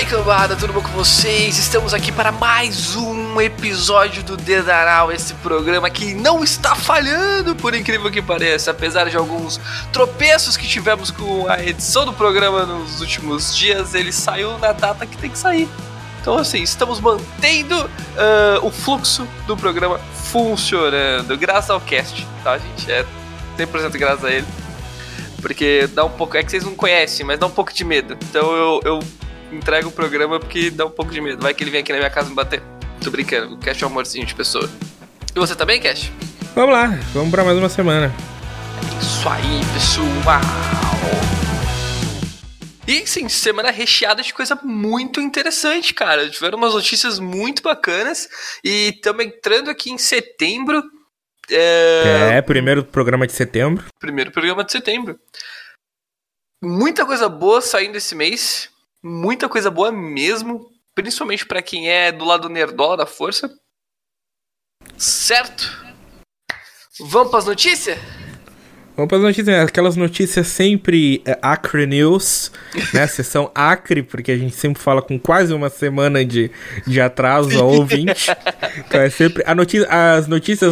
cambada, tudo bom com vocês? Estamos aqui para mais um episódio do Dedaral, esse programa que não está falhando, por incrível que pareça, apesar de alguns tropeços que tivemos com a edição do programa nos últimos dias, ele saiu na data que tem que sair. Então assim, estamos mantendo o fluxo do programa funcionando, graças ao cast, tá gente? É 100% graças a ele. Porque dá um pouco, é que vocês não conhecem, mas dá um pouco de medo. Então eu entrego o programa porque dá um pouco de medo. Vai que ele vem aqui na minha casa me bater. Tô brincando, o Cash é um amorzinho de pessoa. E você também, Cash? Vamos lá, vamos pra mais uma semana. Isso aí, pessoal! E sim, semana recheada de coisa muito interessante, cara. Tiveram umas notícias muito bacanas. E estamos entrando aqui em setembro. Primeiro programa de setembro. Primeiro programa de setembro. Muita coisa boa saindo esse mês. Muita coisa boa mesmo. Principalmente pra quem é do lado nerdola da força. Certo? Vamos pras notícias? Vamos para as notícias, aquelas notícias sempre Acre News, né? Sessão Acre, porque a gente sempre fala com quase uma semana de atraso ao ouvinte. Então é sempre as notícias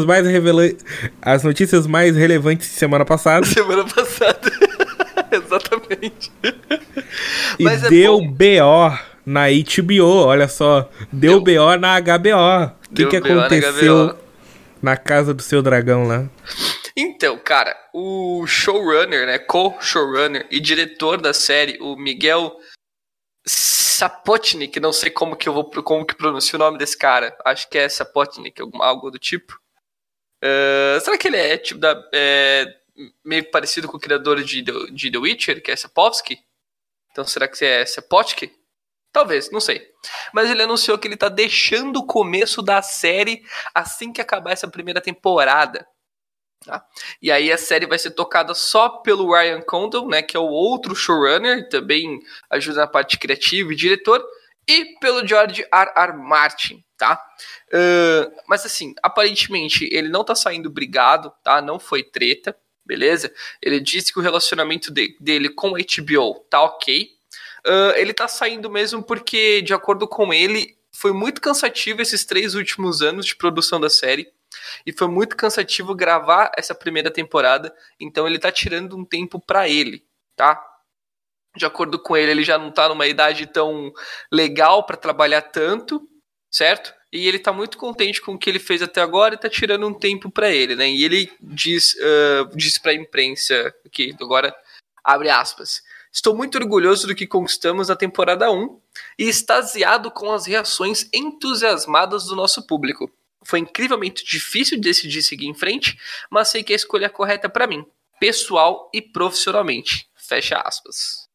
mais relevantes de semana passada. Semana passada. Exatamente. E mas deu BO na HBO, olha só. Deu BO na HBO. O que aconteceu na casa do seu dragão lá? Então, cara, o showrunner, né, co-showrunner e diretor da série, o Miguel Sapochnik, não sei como que pronuncia o nome desse cara, acho que é Sapochnik, algo do tipo. Será que ele é tipo meio parecido com o criador de The Witcher, que é Sapkowski? Então será que é Sapochnik? Talvez, não sei. Mas ele anunciou que ele tá deixando o começo da série assim que acabar essa primeira temporada. Tá? E aí a série vai ser tocada só pelo Ryan Condal, né, que é o outro showrunner, também ajuda na parte criativa e diretor, e pelo George R.R. Martin, tá? Mas assim, aparentemente ele não tá saindo brigado, tá? Não foi treta, beleza? Ele disse que o relacionamento dele com a HBO tá ok. Ele tá saindo mesmo porque, de acordo com ele, foi muito cansativo esses 3 últimos anos de produção da série. E foi muito cansativo gravar essa primeira temporada, então ele tá tirando um tempo pra ele, tá? De acordo com ele, ele já não tá numa idade tão legal pra trabalhar tanto, certo? E ele tá muito contente com o que ele fez até agora e tá tirando um tempo pra ele, né? E ele diz pra imprensa aqui, agora abre aspas: estou muito orgulhoso do que conquistamos na temporada 1 e extasiado com as reações entusiasmadas do nosso público. Foi incrivelmente difícil de decidir seguir em frente, mas sei que a escolha é correta pra mim, pessoal e profissionalmente. Fecha aspas.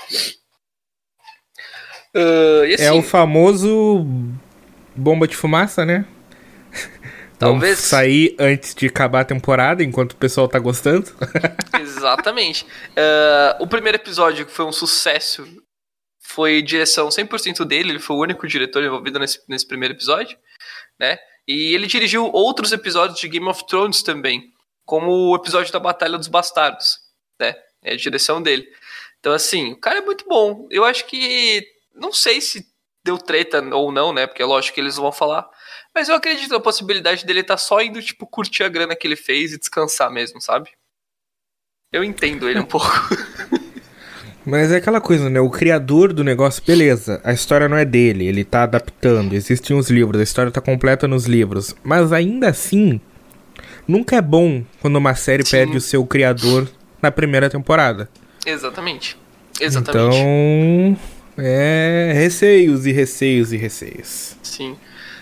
E assim, é o famoso bomba de fumaça, né? Talvez. Vamos sair antes de acabar a temporada, enquanto o pessoal tá gostando. Exatamente. O primeiro episódio, que foi um sucesso, foi direção 100% dele. Ele foi o único diretor envolvido nesse primeiro episódio, né? E ele dirigiu outros episódios de Game of Thrones também, como o episódio da Batalha dos Bastardos, né? É a direção dele. Então, assim, o cara é muito bom. Eu acho que... Não sei se deu treta ou não, né? Porque é lógico que eles vão falar. Mas eu acredito na possibilidade dele estar só indo, tipo, curtir a grana que ele fez e descansar mesmo, sabe? Eu entendo ele um pouco. Mas é aquela coisa, né? O criador do negócio, beleza, a história não é dele, ele tá adaptando, existem os livros, a história tá completa nos livros. Mas ainda assim, nunca é bom quando uma série perde o seu criador na primeira temporada. Exatamente. Então, receios e receios e receios. Sim.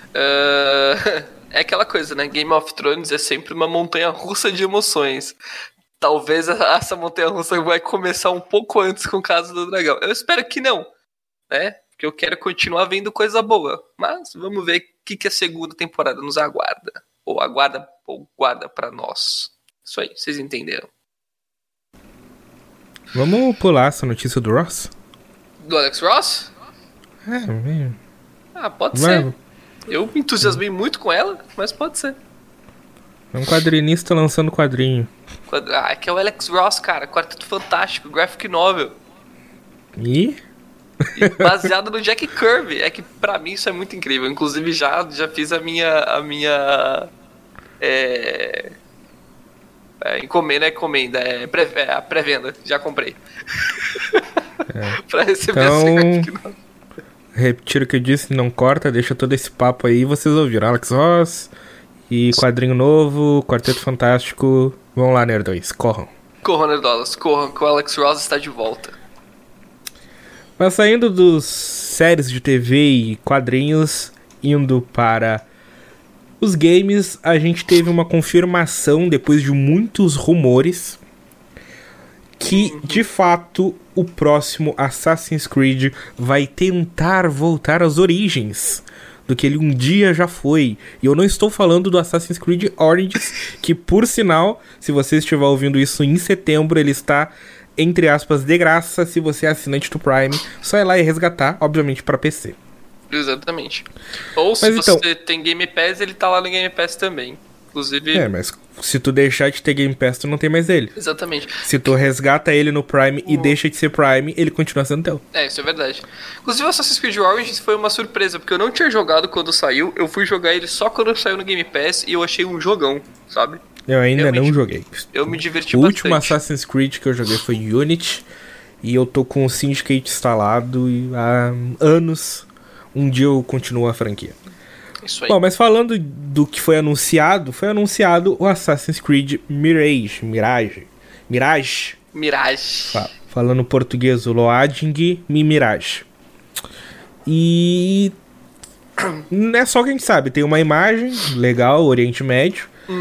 É aquela coisa, né? Game of Thrones é sempre uma montanha russa de emoções. Talvez essa montanha-russa vai começar um pouco antes com o caso do dragão. Eu espero que não, né? Porque eu quero continuar vendo coisa boa. Mas vamos ver o que a segunda temporada nos aguarda. Ou guarda pra nós. Isso aí, vocês entenderam. Vamos pular essa notícia do Ross? Do Alex Ross? Pode ser. Eu me entusiasmei muito com ela, mas pode ser. É um quadrinista lançando quadrinho. É que é o Alex Ross, cara. Quarteto Fantástico, graphic novel. E? E baseado no Jack Kirby. É que pra mim isso é muito incrível. Inclusive já fiz a minha encomenda, a pré-venda. Já comprei. Pra receber Então, esse Graphic Novel. repetindo o que eu disse, não corta, deixa todo esse papo aí. Vocês ouviram, Alex Ross e quadrinho novo, Quarteto Fantástico. Vão lá, nerdões, corram. Corram, nerdolas, corram, que o Alex Ross está de volta. Mas saindo dos séries de TV e quadrinhos, indo para os games, a gente teve uma confirmação, depois de muitos rumores, que, de fato, o próximo Assassin's Creed vai tentar voltar às origens do que ele um dia já foi. E eu não estou falando do Assassin's Creed Origins, que, por sinal, se você estiver ouvindo isso em setembro, ele está, entre aspas, de graça, se você é assinante do Prime. Só ir lá e resgatar, obviamente, para PC. Exatamente. Ou se você tem Game Pass, ele tá lá no Game Pass também. Inclusive... mas se tu deixar de ter Game Pass, tu não tem mais ele. Exatamente. Se tu resgata ele no Prime e deixa de ser Prime, ele continua sendo teu. Isso é verdade. Inclusive o Assassin's Creed Origins foi uma surpresa, porque eu não tinha jogado quando saiu, eu fui jogar ele só quando saiu no Game Pass e eu achei um jogão, sabe? Eu ainda não joguei. Eu me diverti bastante. O último Assassin's Creed que eu joguei foi Unity, e eu tô com o Syndicate instalado há anos. Um dia eu continuo a franquia. Isso aí. Bom, mas falando do que foi anunciado o Assassin's Creed Mirage. Falando português, o Loading Mirage. E é só que a gente sabe, tem uma imagem legal, Oriente Médio,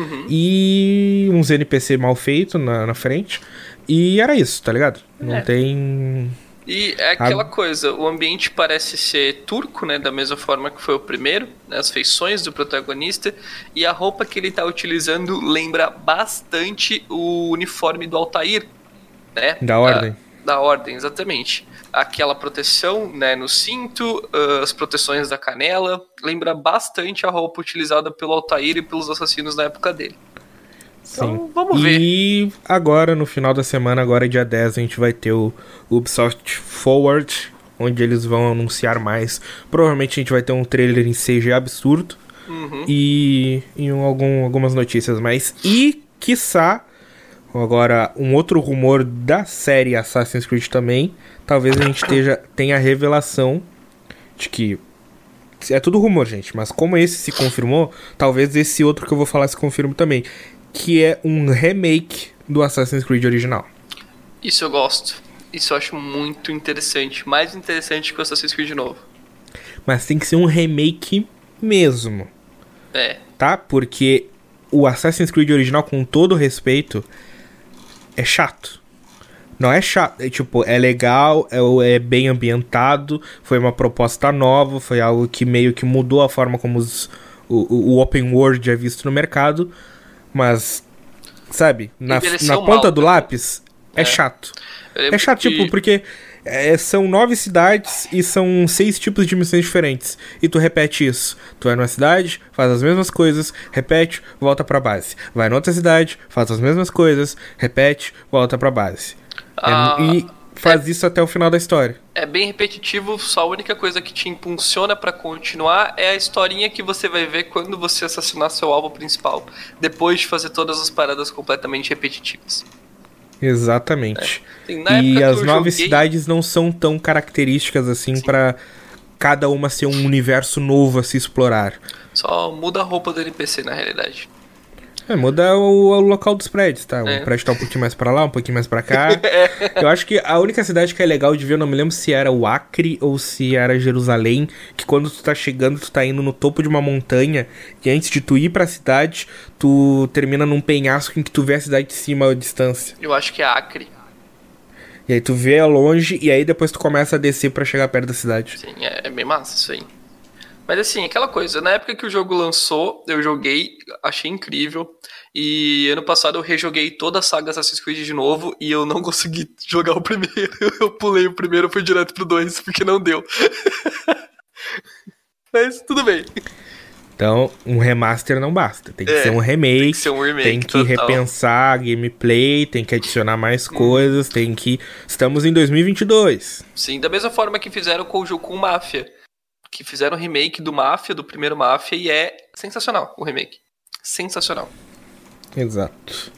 e uns NPC mal feitos na frente. E era isso, tá ligado? Não tem... E é aquela coisa, o ambiente parece ser turco, né, da mesma forma que foi o primeiro, né, as feições do protagonista, e a roupa que ele tá utilizando lembra bastante o uniforme do Altair, né? Da Ordem. Da Ordem, exatamente. Aquela proteção, né, no cinto, as proteções da canela, lembra bastante a roupa utilizada pelo Altair e pelos assassinos na época dele. Então, vamos ver. E agora, no final da semana, agora dia 10, a gente vai ter o Ubisoft Forward, onde eles vão anunciar mais. Provavelmente a gente vai ter um trailer em CG absurdo. E algumas notícias mais. E, quiçá, agora um outro rumor da série Assassin's Creed também. Talvez a gente tenha a revelação de que... É tudo rumor, gente, mas como esse se confirmou, talvez esse outro que eu vou falar se confirme também. Que é um remake do Assassin's Creed original. Isso eu gosto. Isso eu acho muito interessante. Mais interessante que o Assassin's Creed novo. Mas tem que ser um remake mesmo. Tá? Porque o Assassin's Creed original, com todo respeito, é chato. Não é chato. É legal, é bem ambientado, foi uma proposta nova, foi algo que meio que mudou a forma como o open world é visto no mercado. Mas, sabe, na ponta do lápis, é chato. É chato, porque são 9 cidades e são 6 tipos de missões diferentes. E tu repete isso. Tu vai numa cidade, faz as mesmas coisas, repete, volta pra base. Vai noutra cidade, faz as mesmas coisas, repete, volta pra base. E faz isso até o final da história. É bem repetitivo, só a única coisa que te impulsiona pra continuar é a historinha que você vai ver quando você assassinar seu alvo principal, depois de fazer todas as paradas completamente repetitivas. Exatamente. E as 9 cidades não são tão características assim pra cada uma ser um universo novo a se explorar. Só muda a roupa do NPC na realidade. Muda o local dos prédios, tá? O prédio tá um pouquinho mais pra lá, um pouquinho mais pra cá. Eu acho que a única cidade que é legal de ver, eu não me lembro se era o Acre ou se era Jerusalém, que quando tu tá chegando, tu tá indo no topo de uma montanha, e antes de tu ir pra cidade, tu termina num penhasco em que tu vê a cidade de cima à distância. Eu acho que é Acre. E aí tu vê a longe, e aí depois tu começa a descer pra chegar perto da cidade. Sim, é bem massa isso aí. Mas assim, aquela coisa, na época que o jogo lançou, eu joguei, achei incrível. E ano passado eu rejoguei toda a saga Assassin's Creed de novo e eu não consegui jogar o primeiro. Eu pulei o primeiro e fui direto pro 2, porque não deu. Mas tudo bem. Então, um remaster não basta. Tem que ser um remake. Tem que ser um remake, tem que total. repensar a gameplay, tem que adicionar mais coisas, tem que... Estamos em 2022. Sim, da mesma forma que fizeram com o jogo com o Mafia. Que fizeram o remake do Mafia, do primeiro Mafia, e é sensacional o remake. Sensacional. Exato.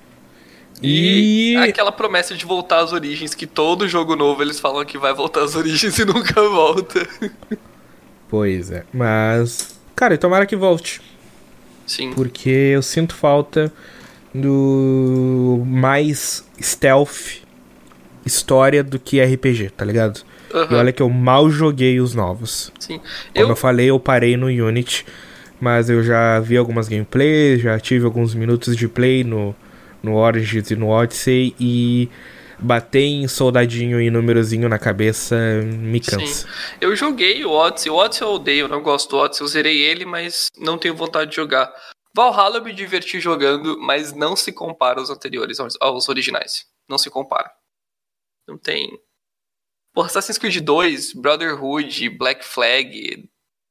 E aquela promessa de voltar às origens, que todo jogo novo eles falam que vai voltar às origens e nunca volta. Pois é, mas... Cara, tomara que volte. Sim. Porque eu sinto falta do mais stealth história do que RPG, tá ligado? E olha que eu mal joguei os novos. Sim. Como eu falei, eu parei no Unity, mas eu já vi algumas gameplays, já tive alguns minutos de play no Origins e no Odyssey, e bater em soldadinho e númerozinho na cabeça me cansa. Sim. Eu joguei o Odyssey eu odeio, eu não gosto do Odyssey, eu zerei ele, mas não tenho vontade de jogar. Valhalla eu me diverti jogando, mas não se compara aos anteriores, aos originais. Não se compara. Não tem... Porra, Assassin's Creed 2, Brotherhood, Black Flag...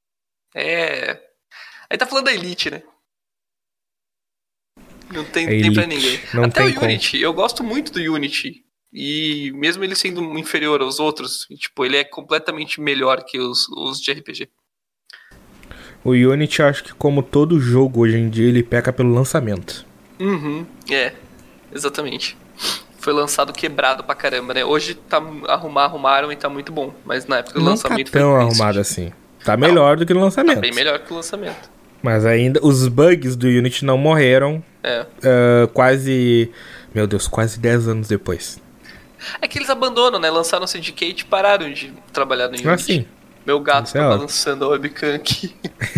Aí tá falando da Elite, né? Não tem tempo pra ninguém. Até o Unity, eu gosto muito do Unity. E mesmo ele sendo inferior aos outros, tipo, ele é completamente melhor que os de RPG. O Unity, acho que como todo jogo hoje em dia, ele peca pelo lançamento. Exatamente. Foi lançado quebrado pra caramba, né? Hoje arrumaram e tá muito bom. Mas na época do lançamento foi tão arrumado assim. Tá melhor do que no lançamento. Tá bem melhor que o lançamento. Mas ainda, os bugs do Unity não morreram. Quase 10 anos depois. É que eles abandonam, né? Lançaram o Syndicate e pararam de trabalhar no Unity. Sim. Meu gato tá balançando a webcam aqui.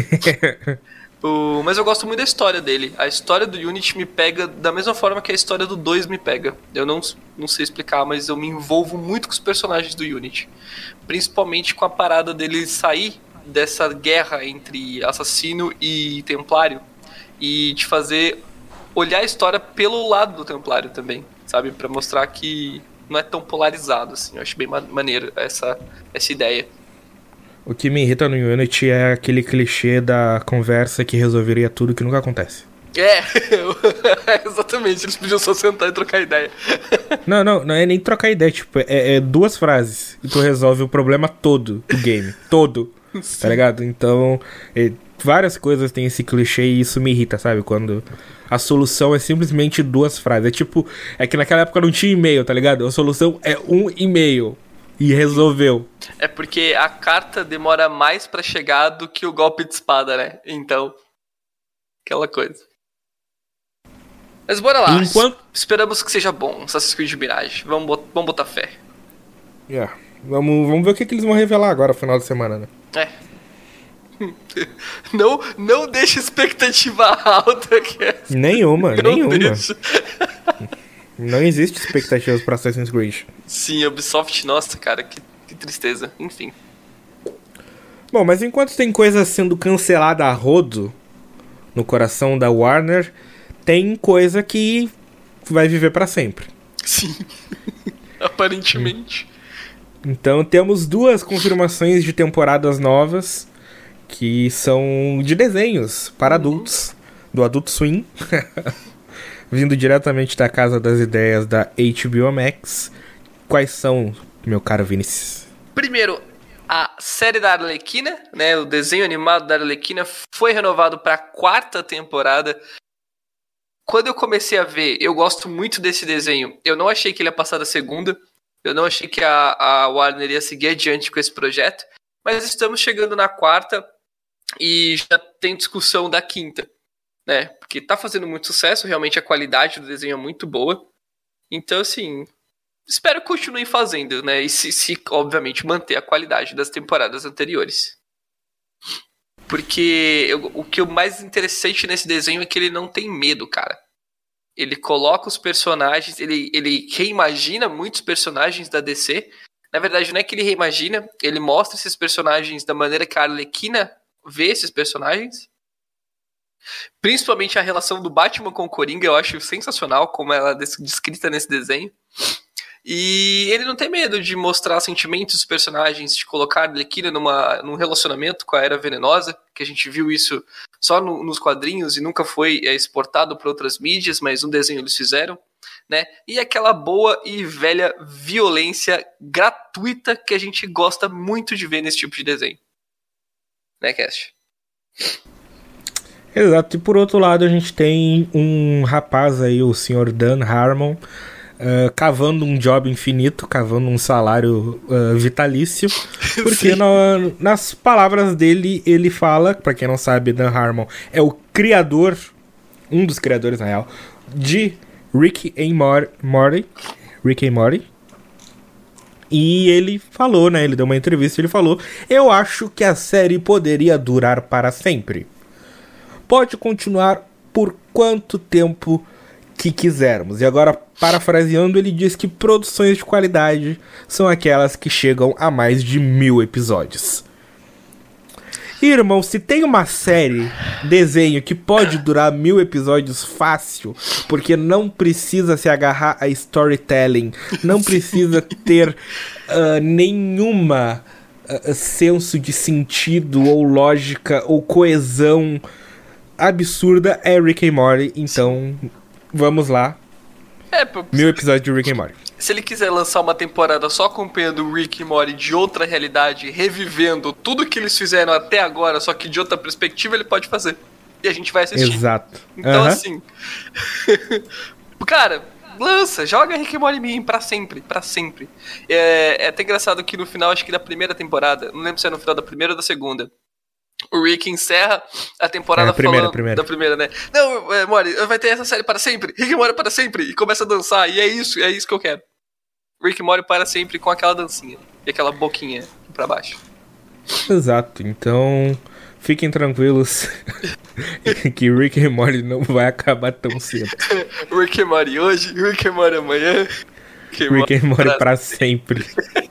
Mas eu gosto muito da história dele. A história do Unity me pega da mesma forma que a história do 2 me pega. Eu não sei explicar, mas eu me envolvo muito com os personagens do Unity. Principalmente com a parada dele sair dessa guerra entre assassino e templário. E te fazer olhar a história pelo lado do templário também, sabe? Pra mostrar que não é tão polarizado, assim. Eu acho bem maneiro essa ideia. O que me irrita no Unity é aquele clichê da conversa que resolveria tudo que nunca acontece. Exatamente, eles podiam só sentar e trocar ideia. Não é nem trocar ideia, tipo, é 2 frases e tu resolve o problema todo do game, todo, tá ligado? Então, várias coisas têm esse clichê e isso me irrita, sabe? Quando a solução é simplesmente 2 frases, é que naquela época não tinha e-mail, tá ligado? A solução é um e-mail. E resolveu. É porque a carta demora mais pra chegar do que o golpe de espada, né? Então, aquela coisa. Mas bora lá. Esperamos que seja bom Assassin's Creed Mirage. Vamos botar fé. Vamos ver o que eles vão revelar agora no final de semana, né? Não deixe expectativa alta. Nenhuma. Não existe expectativas pra Assassin's Creed. Sim, Ubisoft, nossa, cara, que tristeza. Enfim. Bom, mas enquanto tem coisa sendo cancelada a rodo no coração da Warner, tem coisa que vai viver pra sempre. Sim, aparentemente. Então temos 2 confirmações de temporadas novas que são de desenhos para adultos, do Adult Swim. Vindo diretamente da Casa das Ideias da HBO Max. Quais são, meu caro Vinícius? Primeiro, a série da Arlequina, né? O desenho animado da Arlequina foi renovado para a 4ª temporada. Quando eu comecei a ver, eu gosto muito desse desenho. Eu não achei que ele ia passar da 2ª. Eu não achei que a Warner ia seguir adiante com esse projeto. Mas estamos chegando na 4ª e já tem discussão da 5ª. Né? Porque tá fazendo muito sucesso, realmente a qualidade do desenho é muito boa. Então, assim, espero que continuem fazendo, né? E se obviamente, manter a qualidade das temporadas anteriores. Porque o que é mais interessante nesse desenho é que ele não tem medo, cara. Ele coloca os personagens, ele reimagina muitos personagens da DC. Na verdade, não é que ele reimagina, ele mostra esses personagens da maneira que a Arlequina vê esses personagens. Principalmente a relação do Batman com o Coringa, eu acho sensacional como ela é descrita nesse desenho. E ele não tem medo de mostrar sentimentos dos personagens, de colocar a Arlequina num relacionamento com a Era Venenosa, que a gente viu isso só nos quadrinhos e nunca foi exportado para outras mídias, mas no desenho eles fizeram, né? E aquela boa e velha violência gratuita que a gente gosta muito de ver nesse tipo de desenho. Né, Cast? Exato, e por outro lado a gente tem um rapaz aí, o Sr. Dan Harmon, cavando um job infinito, cavando um salário vitalício, porque nas palavras dele, ele fala, pra quem não sabe, Dan Harmon é o criador, um dos criadores na real, de Rick and Morty, e ele falou, né, ele deu uma entrevista e ele falou: eu acho que a série poderia durar para sempre. Pode continuar por quanto tempo que quisermos. E agora, parafraseando, ele diz que produções de qualidade são aquelas que chegam a mais de 1000 episódios. Irmão, se tem uma série, desenho, que pode durar 1000 episódios fácil, porque não precisa se agarrar a storytelling, não precisa ter nenhuma senso de sentido, ou lógica, ou coesão absurda, é Rick and Morty. Então, vamos lá. 1000 episódios de Rick and Morty. Se ele quiser lançar uma temporada só acompanhando o Rick e Morty de outra realidade, revivendo tudo que eles fizeram até agora, só que de outra perspectiva, ele pode fazer. E a gente vai assistir. Exato. Então, assim... Cara, lança, joga Rick e Morty em mim pra sempre, pra sempre. É até engraçado que no final, acho que da primeira temporada, não lembro se é no final da primeira ou da segunda, o Rick encerra a temporada falando da primeira, né? Não, Morty, vai ter essa série para sempre. Rick e Morty para sempre. E começa a dançar. E é isso que eu quero. Rick e Morty para sempre com aquela dancinha. E aquela boquinha pra baixo. Exato. Então, fiquem tranquilos que Rick e Morty não vai acabar tão cedo. Rick e Morty hoje, Rick e Morty amanhã. Rick e Morty para sempre.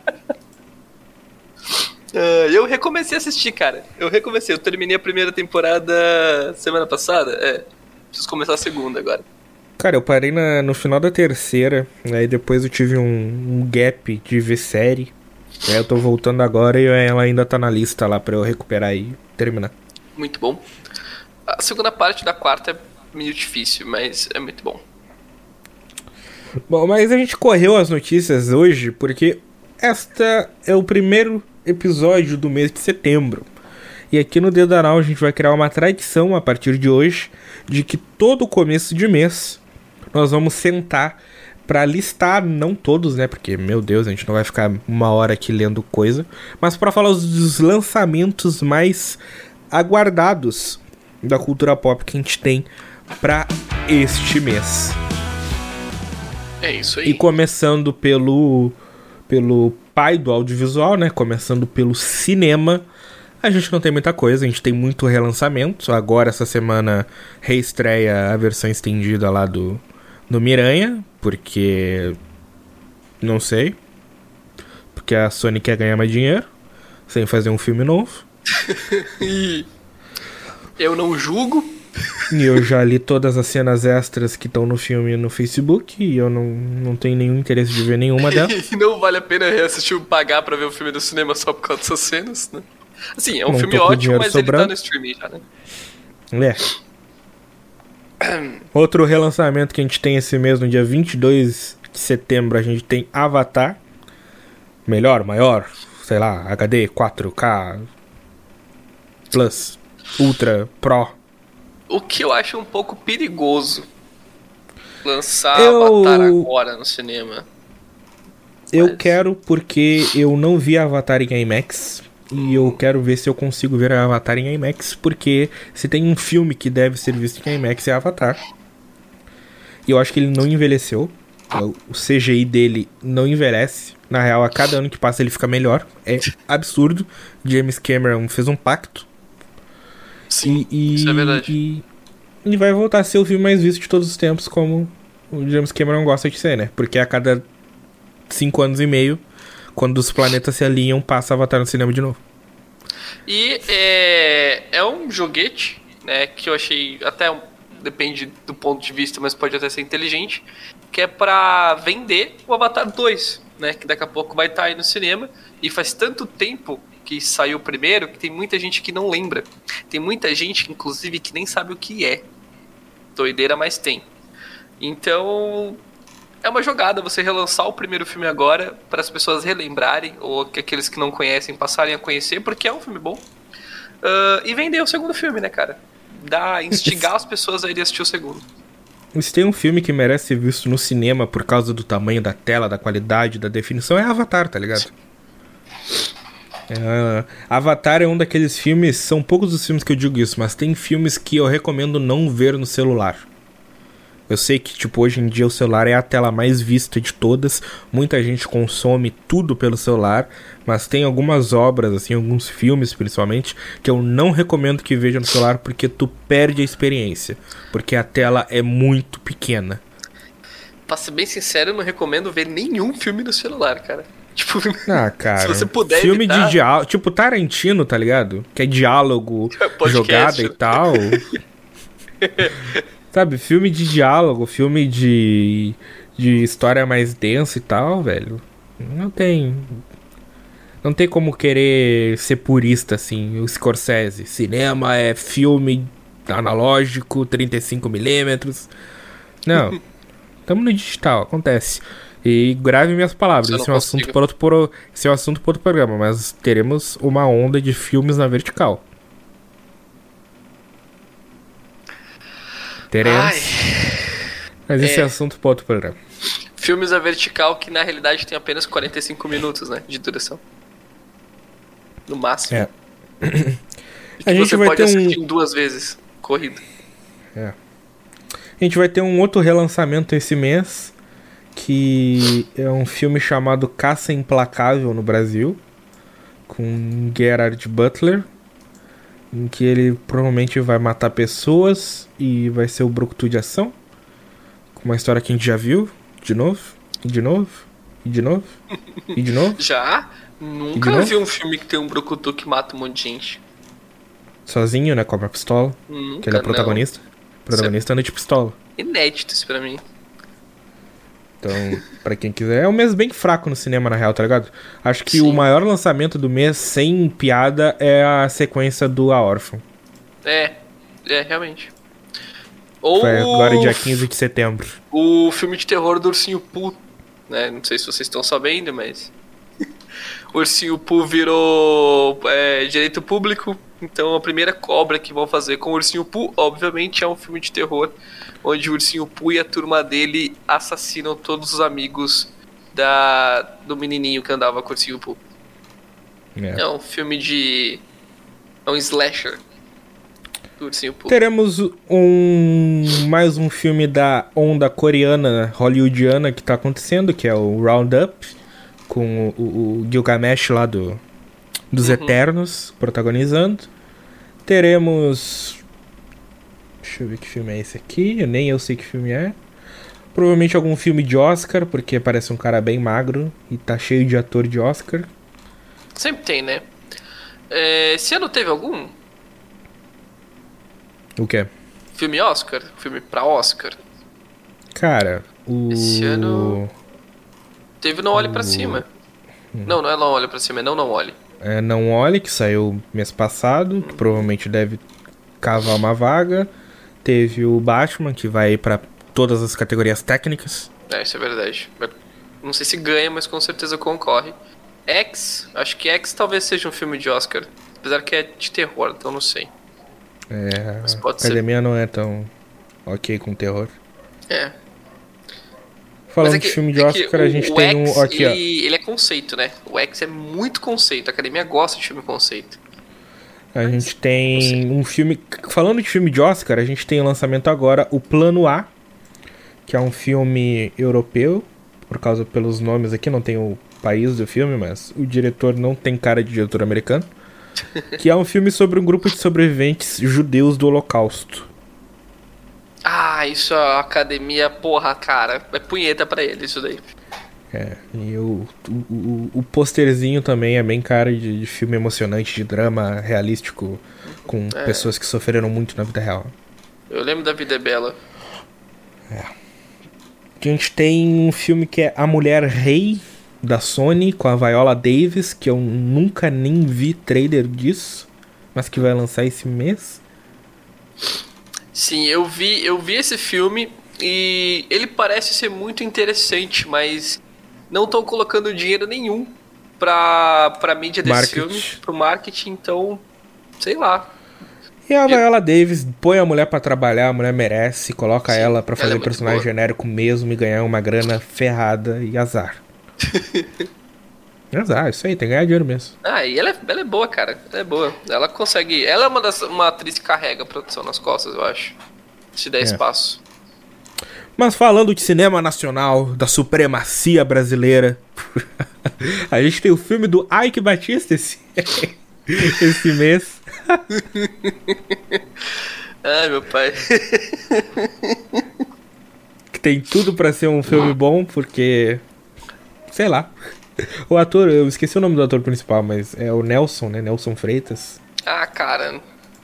Eu recomecei a assistir, cara. Eu terminei a primeira temporada semana passada. Preciso começar a segunda agora. Cara, eu parei no final da terceira. Aí depois eu tive um gap de ver série. Aí eu tô voltando agora e ela ainda tá na lista lá pra eu recuperar e terminar. Muito bom. A segunda parte da quarta é meio difícil, mas é muito bom. Bom, mas a gente correu as notícias hoje porque esta é o primeiro episódio do mês de setembro. E aqui no Dedo Anal a gente vai criar uma tradição a partir de hoje de que todo começo de mês nós vamos sentar pra listar, não todos, né, porque, meu Deus, a gente não vai ficar uma hora aqui lendo coisa, mas pra falar dos lançamentos mais aguardados da cultura pop que a gente tem pra este mês. É isso aí. E começando pelo pai do audiovisual, né? Começando pelo cinema. A gente não tem muita coisa, a gente tem muito relançamento. Agora, essa semana, reestreia a versão estendida lá do Miranha, porque... não sei. Porque a Sony quer ganhar mais dinheiro, sem fazer um filme novo. E eu não julgo. E eu já li todas as cenas extras que estão no filme no Facebook e eu não tenho nenhum interesse de ver nenhuma delas. E não vale a pena reassistir, pagar pra ver o filme no cinema só por causa dessas cenas, né? Assim, é um filme ótimo, mas sobrando. Ele tá no streaming já, né? Outro relançamento que a gente tem esse mês, no dia 22 de setembro, a gente tem Avatar. Melhor, maior, sei lá, HD, 4K, Plus, Ultra, Pro. O que eu acho um pouco perigoso lançar Avatar agora no cinema. Eu quero, porque eu não vi Avatar em IMAX. E eu quero ver se eu consigo ver Avatar em IMAX, porque se tem um filme que deve ser visto em IMAX é Avatar. E eu acho que ele não envelheceu. O CGI dele não envelhece. Na real, a cada ano que passa ele fica melhor. É absurdo. James Cameron fez um pacto. Sim, isso é verdade. E vai voltar a ser o filme mais visto de todos os tempos, como o James Cameron gosta de ser, né? Porque a cada 5 anos e meio, quando os planetas se alinham, passa Avatar no cinema de novo. E é um joguete, né, que eu achei, até depende do ponto de vista, mas pode até ser inteligente, que é pra vender o Avatar 2, né? Que daqui a pouco vai estar aí no cinema. E faz tanto tempo que saiu o primeiro que tem muita gente que não lembra. Tem muita gente, inclusive, que nem sabe o que é. Doideira, mas tem. Então, é uma jogada você relançar o primeiro filme agora para as pessoas relembrarem, ou que aqueles que não conhecem passarem a conhecer, porque é um filme bom. E vender o segundo filme, né, cara? Instigar as pessoas a irem assistir o segundo. Se tem um filme que merece ser visto no cinema por causa do tamanho da tela, da qualidade, da definição, é Avatar, tá ligado? Avatar é um daqueles filmes, são poucos os filmes que eu digo isso, mas tem filmes que eu recomendo não ver no celular. Eu sei que, tipo, hoje em dia o celular é a tela mais vista de todas, muita gente consome tudo pelo celular, mas tem algumas obras, assim, alguns filmes principalmente, que eu não recomendo que veja no celular porque tu perde a experiência, porque a tela é muito pequena. Pra ser bem sincero, eu não recomendo ver nenhum filme no celular, cara. Tipo, cara, se você puder filme evitar... de diálogo, tipo Tarantino, tá ligado? Que é diálogo, jogada e tal. Sabe, filme de diálogo, filme de história mais densa e tal, velho. Não tem como querer ser purista, assim, o Scorsese. Cinema é filme analógico, 35mm. Não, tamo no digital, acontece. E grave minhas palavras, esse é um assunto para outro programa, mas teremos uma onda de filmes na vertical. Teremos. Mas esse é assunto para outro programa. Filmes na vertical que na realidade tem apenas 45 minutos, né, de duração. No máximo. A gente você vai pode ter assistir em 2 vezes, corrido. A gente vai ter um outro relançamento esse mês, que é um filme chamado Caça Implacável no Brasil, com Gerard Butler, em que ele provavelmente vai matar pessoas e vai ser o brucutu de ação, com uma história que a gente já viu, de novo, e de novo, e de novo, e de novo. Já? Nunca vi um filme que tem um brucutu que mata um monte de gente. Sozinho, né, com a pistola, que ele é protagonista. Protagonista anda de pistola. Inédito isso pra mim. Então, pra quem quiser, é um mês bem fraco no cinema, na real, tá ligado? Acho que o maior lançamento do mês, sem piada, é a sequência do A Órfão. Realmente. Foi agora dia 15 de setembro. O filme de terror do Ursinho Pooh, né? Não sei se vocês estão sabendo, mas... o Ursinho Pooh virou direito público, então a primeira obra que vão fazer com o Ursinho Pooh, obviamente, é um filme de terror, onde o Ursinho Pooh e a turma dele assassinam todos os amigos do menininho que andava com o Ursinho Pooh. É um filme de... é um slasher do Ursinho Pooh. Teremos mais um filme da onda coreana, hollywoodiana, que tá acontecendo, que é o Roundup, com o Gilgamesh lá dos Eternos protagonizando. Teremos... deixa eu ver que filme é esse aqui. Nem eu sei que filme é. Provavelmente algum filme de Oscar, porque parece um cara bem magro e tá cheio de ator de Oscar. Sempre tem, né? Esse ano teve algum? O quê? Filme Oscar? Filme pra Oscar? Cara, esse ano... teve Não Olhe Pra Cima. Não é Não Olhe Pra Cima, é Não Olhe. É Não Olhe, que saiu mês passado, que provavelmente deve cavar uma vaga. Teve o Batman, que vai pra todas as categorias técnicas. Isso é verdade. Não sei se ganha, mas com certeza concorre. X, acho que X talvez seja um filme de Oscar. Apesar que é de terror, então não sei. Mas pode a academia não é tão ok com terror. Falando de filme de Oscar, a gente tem X, aqui, ele é conceito, né? O X é muito conceito. A academia gosta de filme conceito. A gente tem um filme... falando de filme de Oscar, a gente tem o lançamento agora, o Plano A, que é um filme europeu, por causa pelos nomes aqui, não tem o país do filme, mas o diretor não tem cara de diretor americano, que é um filme sobre um grupo de sobreviventes judeus do Holocausto. Isso a academia, porra, cara, é punheta pra ele isso daí. E o posterzinho também é bem cara de filme emocionante, de drama realístico, com pessoas que sofreram muito na vida real. Eu lembro da Vida é Bela. A gente tem um filme que é A Mulher Rei, da Sony, com a Viola Davis, que eu nunca nem vi trailer disso, mas que vai lançar esse mês. Sim, eu vi esse filme e ele parece ser muito interessante, mas não estão colocando dinheiro nenhum pra mídia desse filme, pro marketing, então, sei lá. E a Viola Davis põe a mulher pra trabalhar, a mulher merece, coloca ela pra fazer personagem genérico mesmo e ganhar uma grana ferrada e azar. Azar, isso aí, tem que ganhar dinheiro mesmo. E ela é boa, cara, ela é boa. Ela consegue, ela é uma atriz que carrega a produção nas costas, eu acho, se der espaço. Mas falando de cinema nacional, da supremacia brasileira, a gente tem o filme do Ike Batista esse mês. Ai, meu pai. Que tem tudo pra ser um filme bom, porque... sei lá. O ator, eu esqueci o nome do ator principal, mas é o Nelson, né? Nelson Freitas. Cara.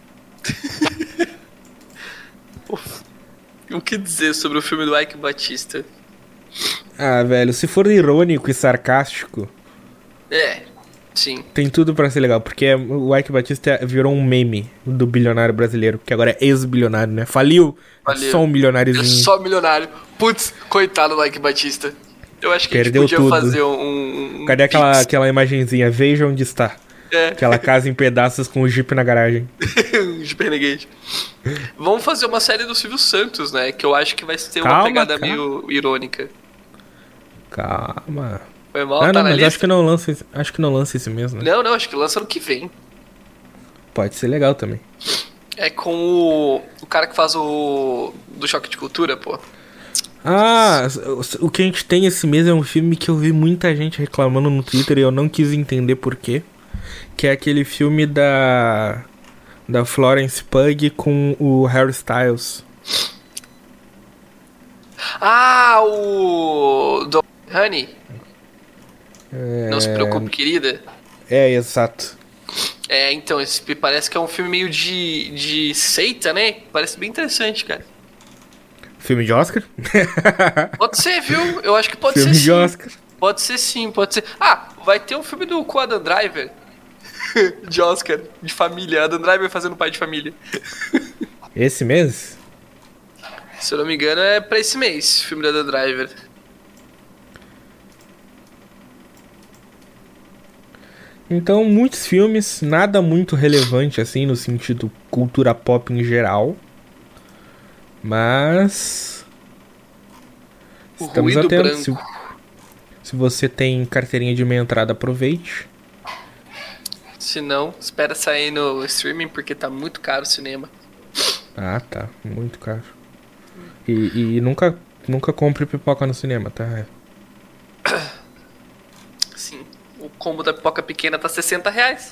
O que dizer sobre o filme do Ike Batista? Velho, se for irônico e sarcástico... sim. Tem tudo pra ser legal, porque o Ike Batista virou um meme do bilionário brasileiro, que agora é ex-bilionário, né? Faliu. É só um milionáriozinho. É só milionário. Putz, coitado do Ike Batista. Eu acho que perdeu, a gente podia fazer um Cadê aquela imagenzinha? Veja onde está. Aquela casa em pedaços com o Jeep na garagem. Um Jeep Renegade. Vamos fazer uma série do Silvio Santos, né? Que eu acho que vai ter uma pegada meio irônica. Calma. Foi mal, não, mas acho que não lança esse mês, né? Não, acho que lança no que vem. Pode ser legal também. É com o cara que faz o do Choque de Cultura, pô. O que a gente tem esse mês é um filme que eu vi muita gente reclamando no Twitter e eu não quis entender por quê. Que é aquele filme da Florence Pugh com o Harry Styles. O do Honey. Não se preocupe, querida. Exato. Então, esse parece que é um filme meio de seita, né? Parece bem interessante, cara. Filme de Oscar? Pode ser, viu? Eu acho que pode ser sim. Filme de Oscar. Pode ser sim, pode ser. Vai ter um filme do Adam Driver. De Oscar, de família. Adam Driver fazendo pai de família. Esse mês? Se eu não me engano, é pra esse mês, filme do Adam Driver. Então, muitos filmes, nada muito relevante assim no sentido cultura pop em geral. Mas estamos atentos. Se você tem carteirinha de meia entrada, aproveite. Se não, espera sair no streaming, porque tá muito caro o cinema. Tá, muito caro. E nunca compre pipoca no cinema, tá? Sim, o combo da pipoca pequena tá R$60.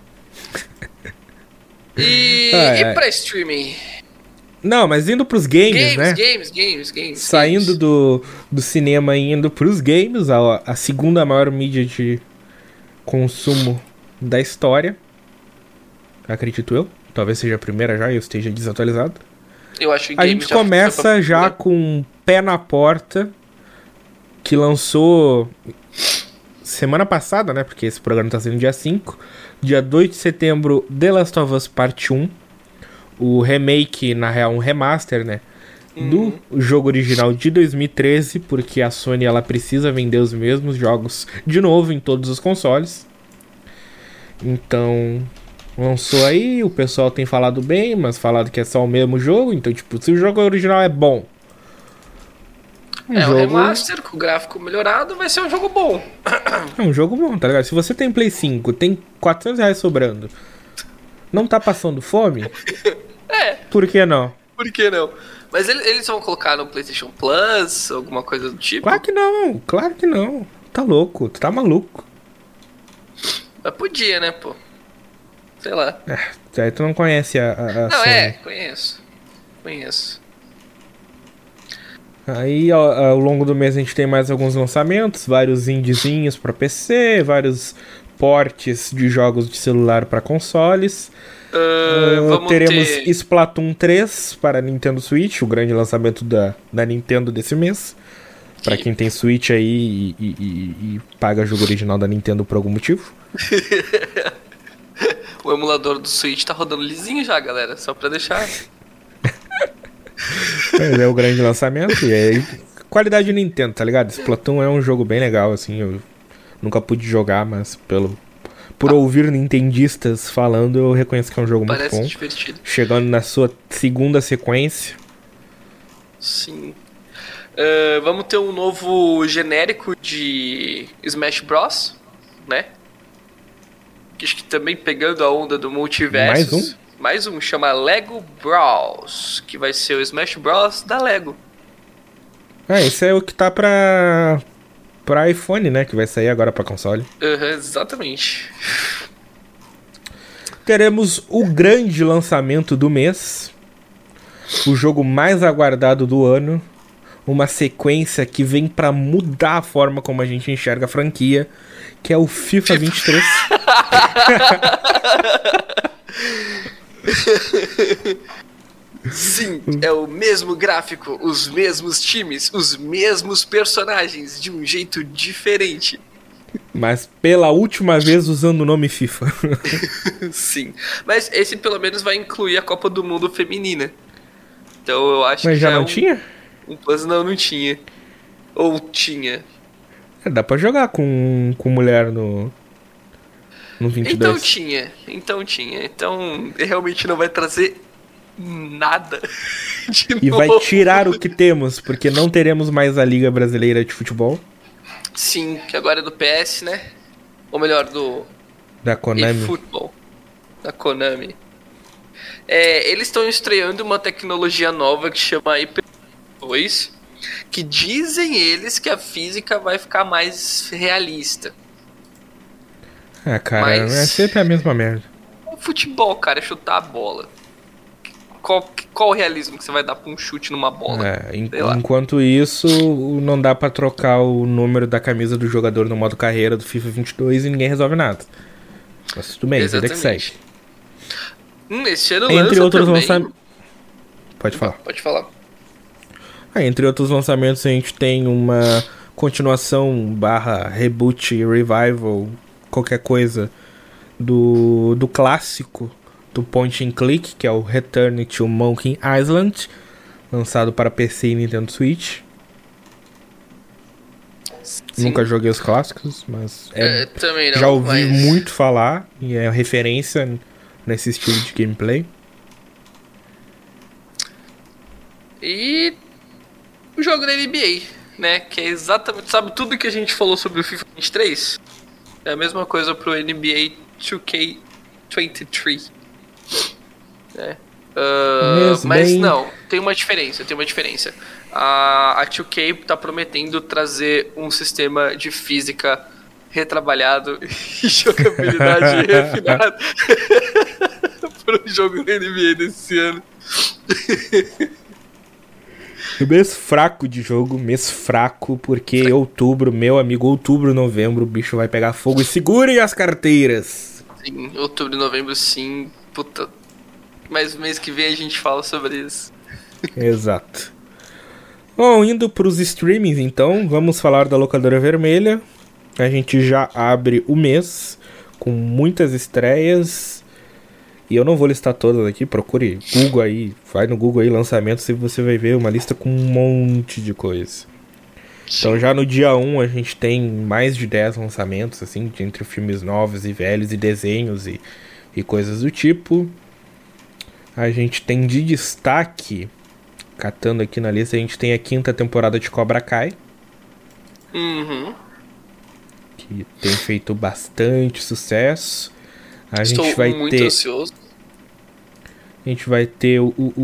E pra streaming? Não, mas indo pros games, né? Games. Saindo do cinema e indo pros games, a segunda maior mídia de consumo da história. Acredito eu. Talvez seja a primeira já e eu esteja desatualizado. Eu acho que a gente começa já com um pé na porta, que lançou semana passada, né? Porque esse programa tá sendo dia 5. Dia 2 de setembro, The Last of Us Part 1. O remake, na real, um remaster, né? Do jogo original de 2013, porque a Sony ela precisa vender os mesmos jogos de novo em todos os consoles. Então, lançou aí, o pessoal tem falado bem, mas falado que é só o mesmo jogo. Então, tipo, se o jogo original é bom... um remaster com o gráfico melhorado, vai ser um jogo bom. É um jogo bom, tá ligado? Se você tem Play 5, tem R$400 sobrando, não tá passando fome... Por que não? Por que não? Mas eles vão colocar no PlayStation Plus, alguma coisa do tipo? Claro que não. Tá louco, tu tá maluco. Mas podia, né, pô? Sei lá. Aí tu não conhece a não, Sony. Conheço. Aí ao longo do mês a gente tem mais alguns lançamentos, vários indiezinhos pra PC, vários portes de jogos de celular pra consoles. Teremos Splatoon 3 para Nintendo Switch, o grande lançamento da Nintendo desse mês. Pra quem tem Switch aí e paga jogo original da Nintendo por algum motivo. O emulador do Switch tá rodando lisinho já, galera. Só pra deixar. É o grande lançamento. E aí, qualidade Nintendo, tá ligado? Splatoon é um jogo bem legal, assim. Eu nunca pude jogar, mas por ouvir nintendistas falando, eu reconheço que é um jogo muito bom. Divertido. Chegando na sua segunda sequência. Sim. Vamos ter um novo genérico de Smash Bros, né? Acho que também pegando a onda do multiverso. Mais um, chama Lego Bros, que vai ser o Smash Bros da Lego. Esse é o que tá pra iPhone, né? Que vai sair agora pra console. Exatamente. Teremos o grande lançamento do mês. O jogo mais aguardado do ano. Uma sequência que vem pra mudar a forma como a gente enxerga a franquia, que é o FIFA 23. Sim, é o mesmo gráfico, os mesmos times, os mesmos personagens, de um jeito diferente. Mas pela última vez usando o nome FIFA. Sim, mas esse pelo menos vai incluir a Copa do Mundo feminina. Então eu acho mas que já não tinha? Um plus não tinha. Ou tinha. Dá pra jogar com mulher no 22. Então tinha. Então realmente não vai trazer nada de e novo. vai tirar o que temos, porque não teremos mais a Liga Brasileira de Futebol. Sim, que agora é do PS, né? Ou melhor, da Konami. eFootball. Da Konami. Eles estão estreando uma tecnologia nova que chama Hyper-2, que dizem eles que a física vai ficar mais realista. Cara, é sempre a mesma merda. Futebol, cara, é chutar a bola. Qual o realismo que você vai dar pra um chute numa bola? Enquanto isso, não dá pra trocar o número da camisa do jogador no modo carreira do FIFA 22 e ninguém resolve nada. Mas tudo bem, vida que segue. Esse ano entre outros também... lançamentos. Pode falar. Entre outros lançamentos, a gente tem uma continuação / reboot, revival, qualquer coisa do clássico do Point and Click, que é o Return to Monkey Island, lançado para PC e Nintendo Switch. Sim. Nunca joguei os clássicos, mas também não, já ouvi muito falar e é referência nesse estilo de gameplay. E o jogo da NBA, né? Que é exatamente... Sabe tudo que a gente falou sobre o FIFA 23? É a mesma coisa pro NBA 2K23. Mas não, tem uma diferença. A 2K tá prometendo trazer um sistema de física retrabalhado e jogabilidade refinada pro jogo da NBA desse ano. Mês fraco de jogo, mês fraco, porque outubro, meu amigo, outubro, novembro, o bicho vai pegar fogo e segurem as carteiras. Sim, outubro e novembro, sim, puta. Mas mês que vem a gente fala sobre isso. Exato. Bom, indo pros streamings então, vamos falar da Locadora Vermelha. A gente já abre o mês com muitas estreias. E eu não vou listar todas aqui, procure Google aí, vai no Google aí, lançamentos, e você vai ver uma lista com um monte de coisa. Então já no dia 1 a gente tem mais de 10 lançamentos, assim, entre filmes novos e velhos, e desenhos e coisas do tipo. A gente tem de destaque, catando aqui na lista, a gente tem a 5ª temporada de Cobra Kai. Que tem feito bastante sucesso. Estou muito ansioso. A gente vai ter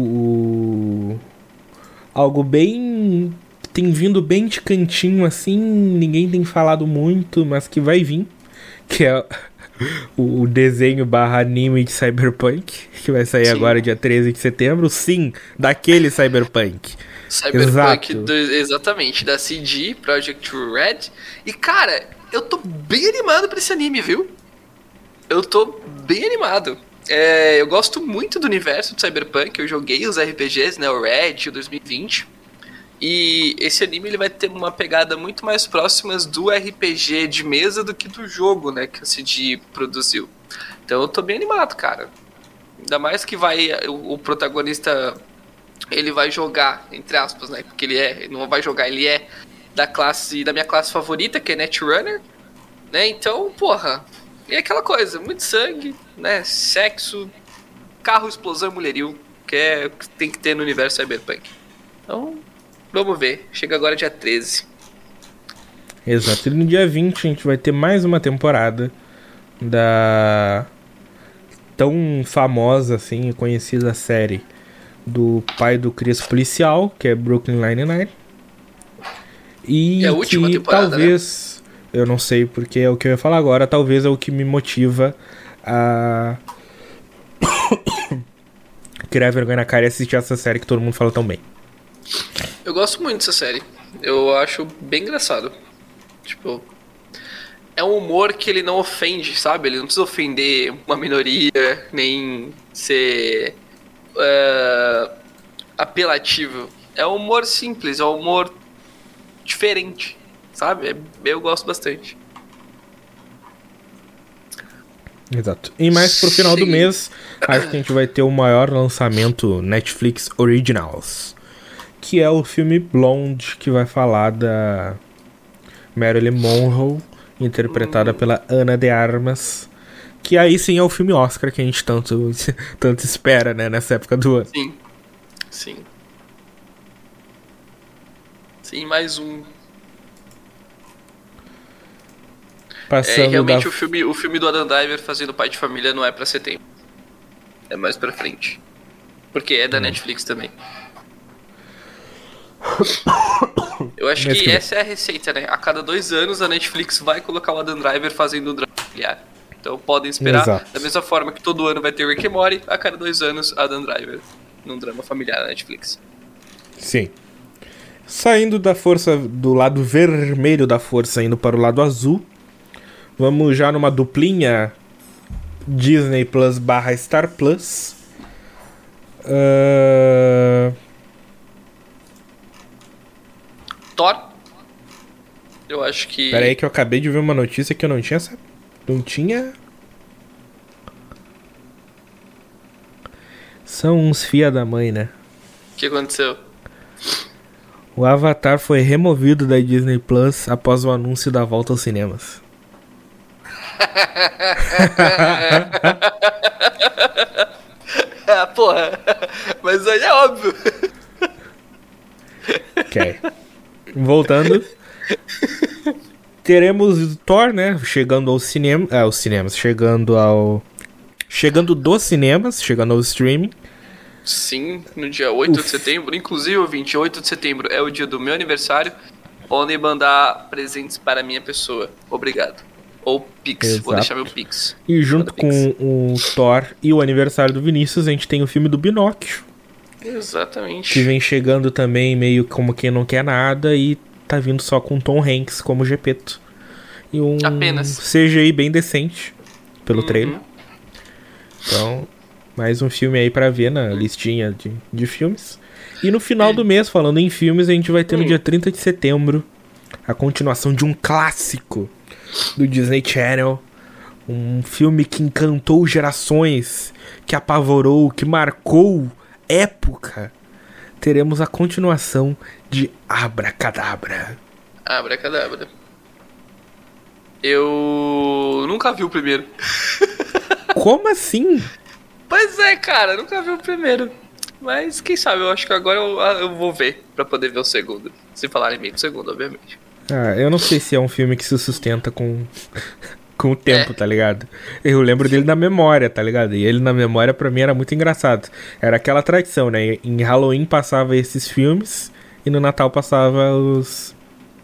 algo bem... Tem vindo bem de cantinho assim, ninguém tem falado muito, mas que vai vir. Que é o desenho / anime de Cyberpunk, que vai sair agora dia 13 de setembro. Sim, daquele Cyberpunk. Exatamente, da CD Projekt Red. E cara, eu tô bem animado pra esse anime, viu? Eu tô bem animado. Eu gosto muito do universo de Cyberpunk. Eu joguei os RPGs, né? O Red, o 2020. E esse anime ele vai ter uma pegada muito mais próxima do RPG de mesa do que do jogo, né, que a CD produziu. Então eu tô bem animado, cara. Ainda mais que o protagonista, ele vai jogar, entre aspas, né, porque ele não vai jogar, ele é da minha classe favorita, que é Netrunner, né, então, porra, é aquela coisa, muito sangue, né, sexo, carro, explosão, mulherio, que é o que tem que ter no universo cyberpunk. Então, vamos ver, chega agora dia 13. Exato, e no dia 20 a gente vai ter mais uma temporada da tão famosa assim e conhecida série do pai do Chris policial, que é Brooklyn Nine-Nine. E é a última que temporada, talvez, né? Eu não sei porque é o que eu ia falar agora, talvez é o que me motiva a criar vergonha na cara e assistir essa série que todo mundo fala tão bem. Eu gosto muito dessa série. Eu acho bem engraçado. Tipo, é um humor que ele não ofende, sabe? Ele não precisa ofender uma minoria, nem ser apelativo. É um humor simples, é um humor diferente, sabe? Eu gosto bastante. Exato. E mais pro final do mês, acho que a gente vai ter o maior lançamento Netflix Originals, que é o filme Blonde, que vai falar da Marilyn Monroe, interpretada pela Ana de Armas, que aí sim é o filme Oscar que a gente tanto espera, né, nessa época do ano. Sim, sim. Sim, mais um. Passando realmente o filme do Adam Driver fazendo pai de família não é pra setembro. É mais pra frente. Porque é da Netflix também. Eu acho que essa é a receita, né? A cada 2 anos a Netflix vai colocar o Adam Driver fazendo um drama familiar. Então podem esperar. Exato. Da mesma forma que todo ano vai ter Rick and Morty, a cada 2 anos Adam Driver num drama familiar na Netflix. Sim. Saindo da força do lado vermelho da força, indo para o lado azul, vamos já numa duplinha Disney Plus / Star Plus. Thor. Eu acho que... Pera aí que eu acabei de ver uma notícia que eu não tinha... Não tinha... São uns fia da mãe, né? O que aconteceu? O Avatar foi removido da Disney Plus após o anúncio da volta aos cinemas. Porra. Mas aí é óbvio. Ok. Voltando. Teremos Thor, né? Chegando aos cinemas. Chegando dos cinemas. Chegando ao streaming. Sim, no dia 8 de setembro. Inclusive, o 28 de setembro é o dia do meu aniversário. Podem mandar presentes para a minha pessoa. Obrigado. Ou Pix. Exato. Vou deixar meu Pix. E junto com o Thor e o aniversário do Vinícius, a gente tem o filme do Pinóquio. Exatamente. Que vem chegando também meio como quem não quer nada e tá vindo só com Tom Hanks como Gepeto. E um Apenas. CGI bem decente pelo trailer. Então, mais um filme aí pra ver na listinha de filmes. E no final do mês, falando em filmes, a gente vai ter no dia 30 de setembro a continuação de um clássico do Disney Channel. Um filme que encantou gerações, que apavorou, que marcou época. Teremos a continuação de Abracadabra. Abracadabra. Eu nunca vi o primeiro. Como assim? Pois é, cara, nunca vi o primeiro. Mas quem sabe, eu acho que agora eu vou ver pra poder ver o segundo. Se falarem bem do segundo, obviamente. Eu não sei se é um filme que se sustenta com o tempo, tá ligado? Eu lembro dele na memória, tá ligado? E ele na memória pra mim era muito engraçado. Era aquela tradição, né? Em Halloween passava esses filmes e no Natal passava os...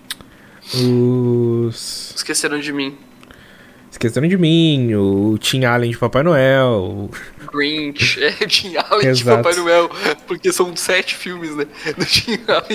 Esqueceram de Mim. Esqueceram de Mim, o Tim Allen de Papai Noel. Grinch, Tim Allen de Papai Noel. Porque são 7 filmes, né? Do Tim Allen.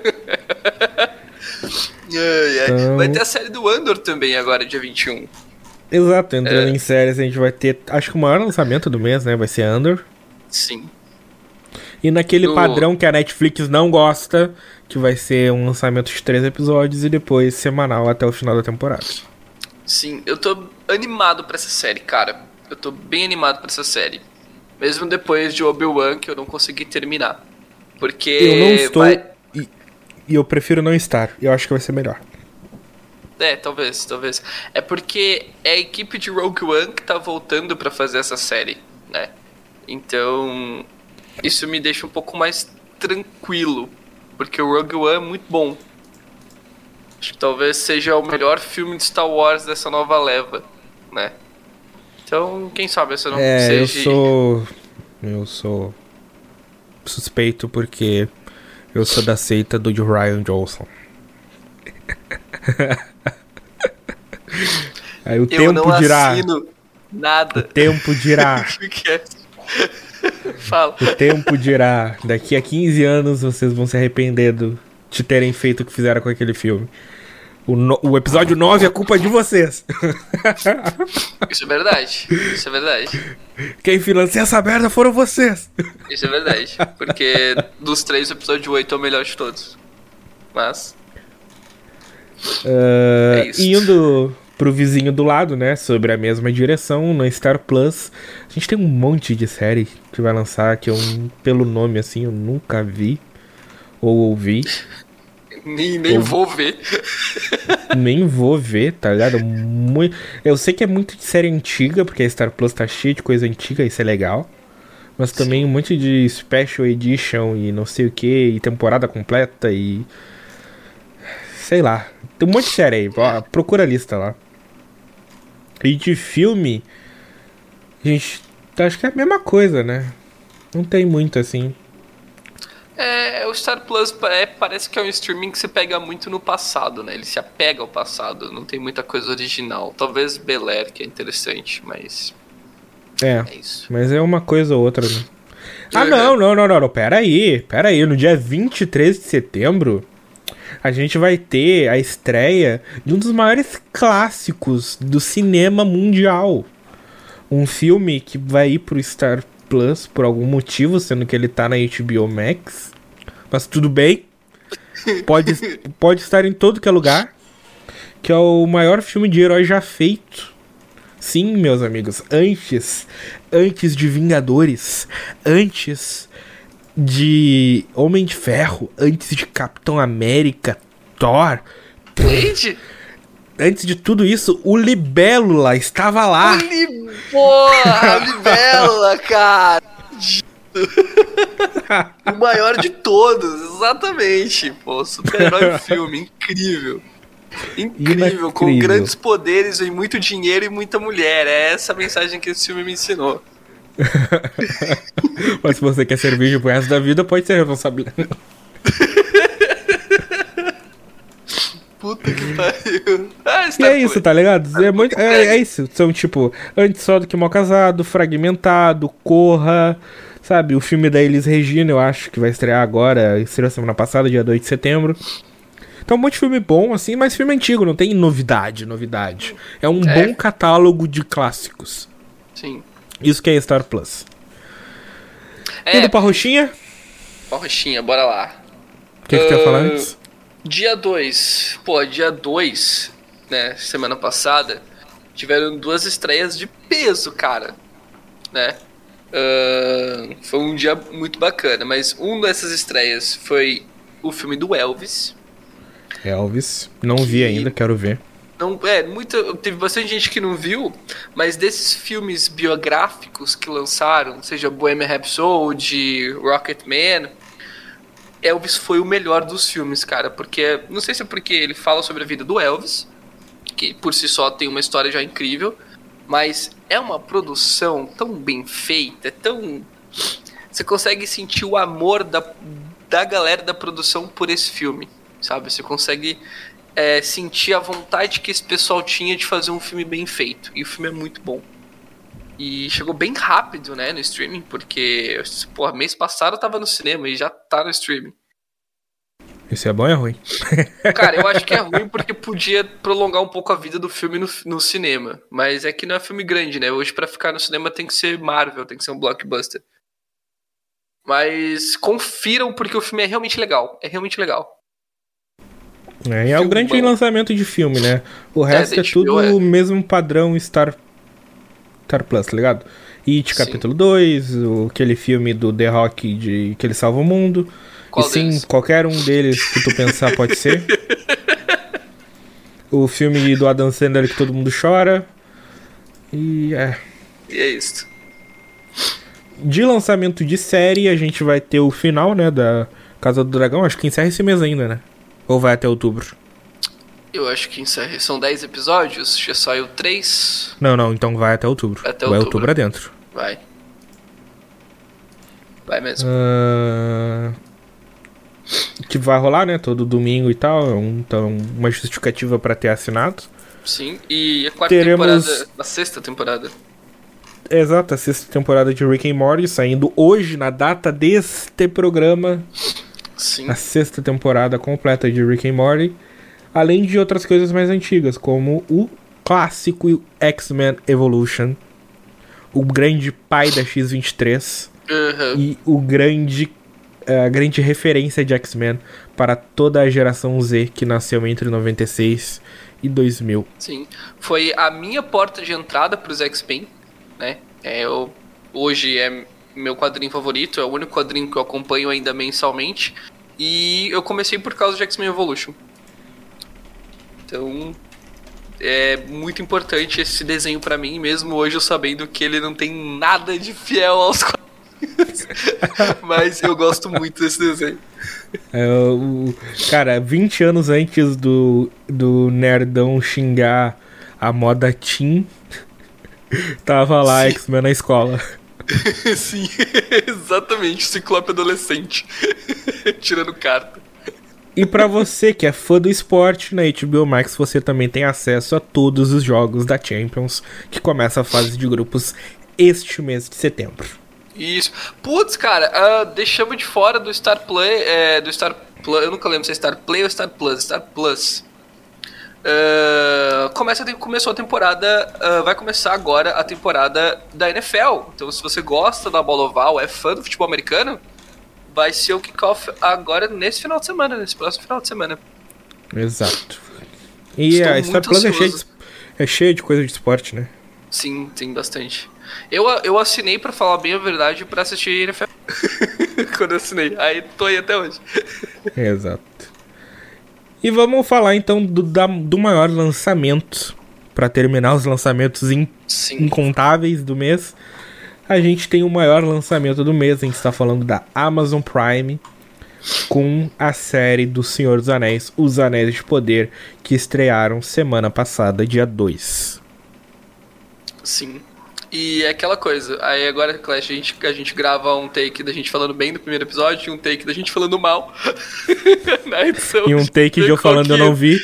Então... Vai ter a série do Andor também agora, dia 21. Exato, entrando em séries a gente vai ter, acho que o maior lançamento do mês, né? Vai ser Andor. Sim. E naquele No- padrão que a Netflix não gosta, que vai ser um lançamento de 3 episódios e depois semanal até o final da temporada. Sim, eu tô animado pra essa série, cara. Eu tô bem animado pra essa série. Mesmo depois de Obi-Wan, que eu não consegui terminar. Porque Eu não estou. vai- E eu prefiro não estar. Eu acho que vai ser melhor. talvez. É porque é a equipe de Rogue One que tá voltando pra fazer essa série, né? Então, isso me deixa um pouco mais tranquilo. Porque o Rogue One é muito bom. Acho que talvez seja o melhor filme de Star Wars dessa nova leva, né? Então, quem sabe essa não seja... Eu sou suspeito porque eu sou da seita do Ryan Johnson. Aí o Eu tempo não dirá. assino nada. O tempo dirá. Porque... Fala. O tempo dirá. Daqui a 15 anos vocês vão se arrepender de terem feito o que fizeram com aquele filme. O episódio 9 é culpa de vocês. Isso é verdade. Isso é verdade. Quem financia essa merda foram vocês. Isso é verdade. Porque dos 3, o episódio 8 é o melhor de todos. Mas... é isso. Indo pro vizinho do lado, né? Sobre a mesma direção, no Star Plus. A gente tem um monte de série que vai lançar que eu, pelo nome assim, eu nunca vi ou ouvi. Nem vou ver. Nem vou ver, tá ligado? Eu sei que é muito de série antiga, porque a Star Plus tá cheia de coisa antiga, isso é legal. Mas também um monte de Special Edition e não sei o que, e temporada completa e... sei lá. Tem um monte de série aí, ó, procura a lista lá. E de filme, gente, acho que é a mesma coisa, né? Não tem muito assim. O Star Plus parece que é um streaming que se pega muito no passado, né? Ele se apega ao passado, não tem muita coisa original. Talvez Bel Air, que é interessante, mas... é isso. Mas é uma coisa ou outra, né? Ah, não, pera aí. No dia 23 de setembro, a gente vai ter a estreia de um dos maiores clássicos do cinema mundial. Um filme que vai ir pro Star Plus por algum motivo, sendo que ele tá na HBO Max. Mas tudo bem. Pode estar em todo que é lugar. Que é o maior filme de herói já feito. Sim, meus amigos. Antes de Vingadores. Antes de Homem de Ferro. Antes de Capitão América. Thor. Blade? Antes de tudo isso, o Libélula estava lá. Porra, Libélula, cara. O maior de todos, exatamente. Pô, super-herói filme, incrível. Incrível, com grandes poderes e muito dinheiro e muita mulher. É essa a mensagem que esse filme me ensinou. Mas se você quer ser virgem pro resto da vida, pode ser responsável. Puta que pariu. E é isso, tá ligado? É isso. São tipo, Antes Só do Que Mal Casado, Fragmentado, Corra, sabe? O filme da Elis Regina, eu acho que vai estrear agora, estreou semana passada, dia 2 de setembro. Então um monte de filme bom, assim, mas filme antigo, não tem novidade. É um bom catálogo de clássicos. Sim. Isso que é Star Plus. Indo pra Roxinha? Roxinha, bora lá. O que tu ia falar antes? Dia 2, né, semana passada, tiveram 2 estreias de peso, cara, né, foi um dia muito bacana, mas uma dessas estreias foi o filme do Elvis, não vi ainda, quero ver. Teve bastante gente que não viu, mas desses filmes biográficos que lançaram, seja Bohemian Rhapsody, Rocketman, Elvis foi o melhor dos filmes, cara, porque, não sei se é porque ele fala sobre a vida do Elvis, que por si só tem uma história já incrível, mas é uma produção tão bem feita, você consegue sentir o amor da galera da produção por esse filme, sabe? Você consegue sentir a vontade que esse pessoal tinha de fazer um filme bem feito, e o filme é muito bom. E chegou bem rápido, né, no streaming, porque, mês passado eu tava no cinema e já tá no streaming. Isso é bom ou é ruim? Cara, eu acho que é ruim porque podia prolongar um pouco a vida do filme no cinema. Mas é que não é filme grande, né? Hoje pra ficar no cinema tem que ser Marvel, tem que ser um blockbuster. Mas confiram porque o filme é realmente legal. É realmente legal. É o grande lançamento de filme, né? O resto é tudo o mesmo padrão Star Plus, tá ligado? It, capítulo 2, aquele filme do The Rock que ele salva o mundo. Qual e sim, deles? qualquer um deles que tu pensar pode ser. O filme do Adam Sandler que todo mundo chora. E é isso. De lançamento de série, a gente vai ter o final, né, da Casa do Dragão. Acho que encerra esse mês ainda, né? Ou vai até outubro? Eu acho que encerra. São 10 episódios, já saiu 3. Não, então vai até outubro. Vai outubro adentro. Vai mesmo. Que vai rolar, né? Todo domingo e tal. Então, uma justificativa pra ter assinado. Sim, e a quarta temporada, a sexta temporada. Exato, a sexta temporada de Rick and Morty, saindo hoje, na data deste programa. Sim. A sexta temporada completa de Rick and Morty. Além de outras coisas mais antigas, como o clássico X-Men Evolution. O grande pai da X-23. E a grande referência de X-Men para toda a geração Z que nasceu entre 96 e 2000. Sim, foi a minha porta de entrada para os X-Men, né? Hoje é meu quadrinho favorito, é o único quadrinho que eu acompanho ainda mensalmente. E eu comecei por causa de X-Men Evolution. Então, é muito importante esse desenho para mim, mesmo hoje eu sabendo que ele não tem nada de fiel aos quadrinhos. Mas eu gosto muito desse desenho. Cara, 20 anos antes do Nerdão xingar a moda teen, tava lá X-Men na escola. Sim, exatamente, Ciclope adolescente tirando carta. E pra você que é fã do esporte, na HBO Max você também tem acesso a todos os jogos da Champions, que começa a fase de grupos este mês de setembro. Isso. Putz, cara, deixamos de fora do Star Play, eu nunca lembro se é Star Play ou Star Plus. Star Plus. Começou a temporada, vai começar agora a temporada da NFL. Então, se você gosta da bola oval, é fã do futebol americano, vai ser o kickoff agora nesse próximo final de semana. Exato. E a Star Plus é cheia de coisa de esporte, né? Sim, tem bastante. Eu assinei, pra falar bem a verdade, pra assistir NFL. Quando eu assinei. Aí tô aí até hoje. Exato. E vamos falar então do maior lançamento. Pra terminar os lançamentos incontáveis do mês. A gente tem o maior lançamento do mês. A gente está falando da Amazon Prime. Com a série do Senhor dos Anéis, Os Anéis de Poder, que estrearam semana passada, dia 2. Sim. E é aquela coisa, aí agora, Clash, a gente grava um take da gente falando bem do primeiro episódio e um take da gente falando mal na edição. E um take de eu falando eu não vi.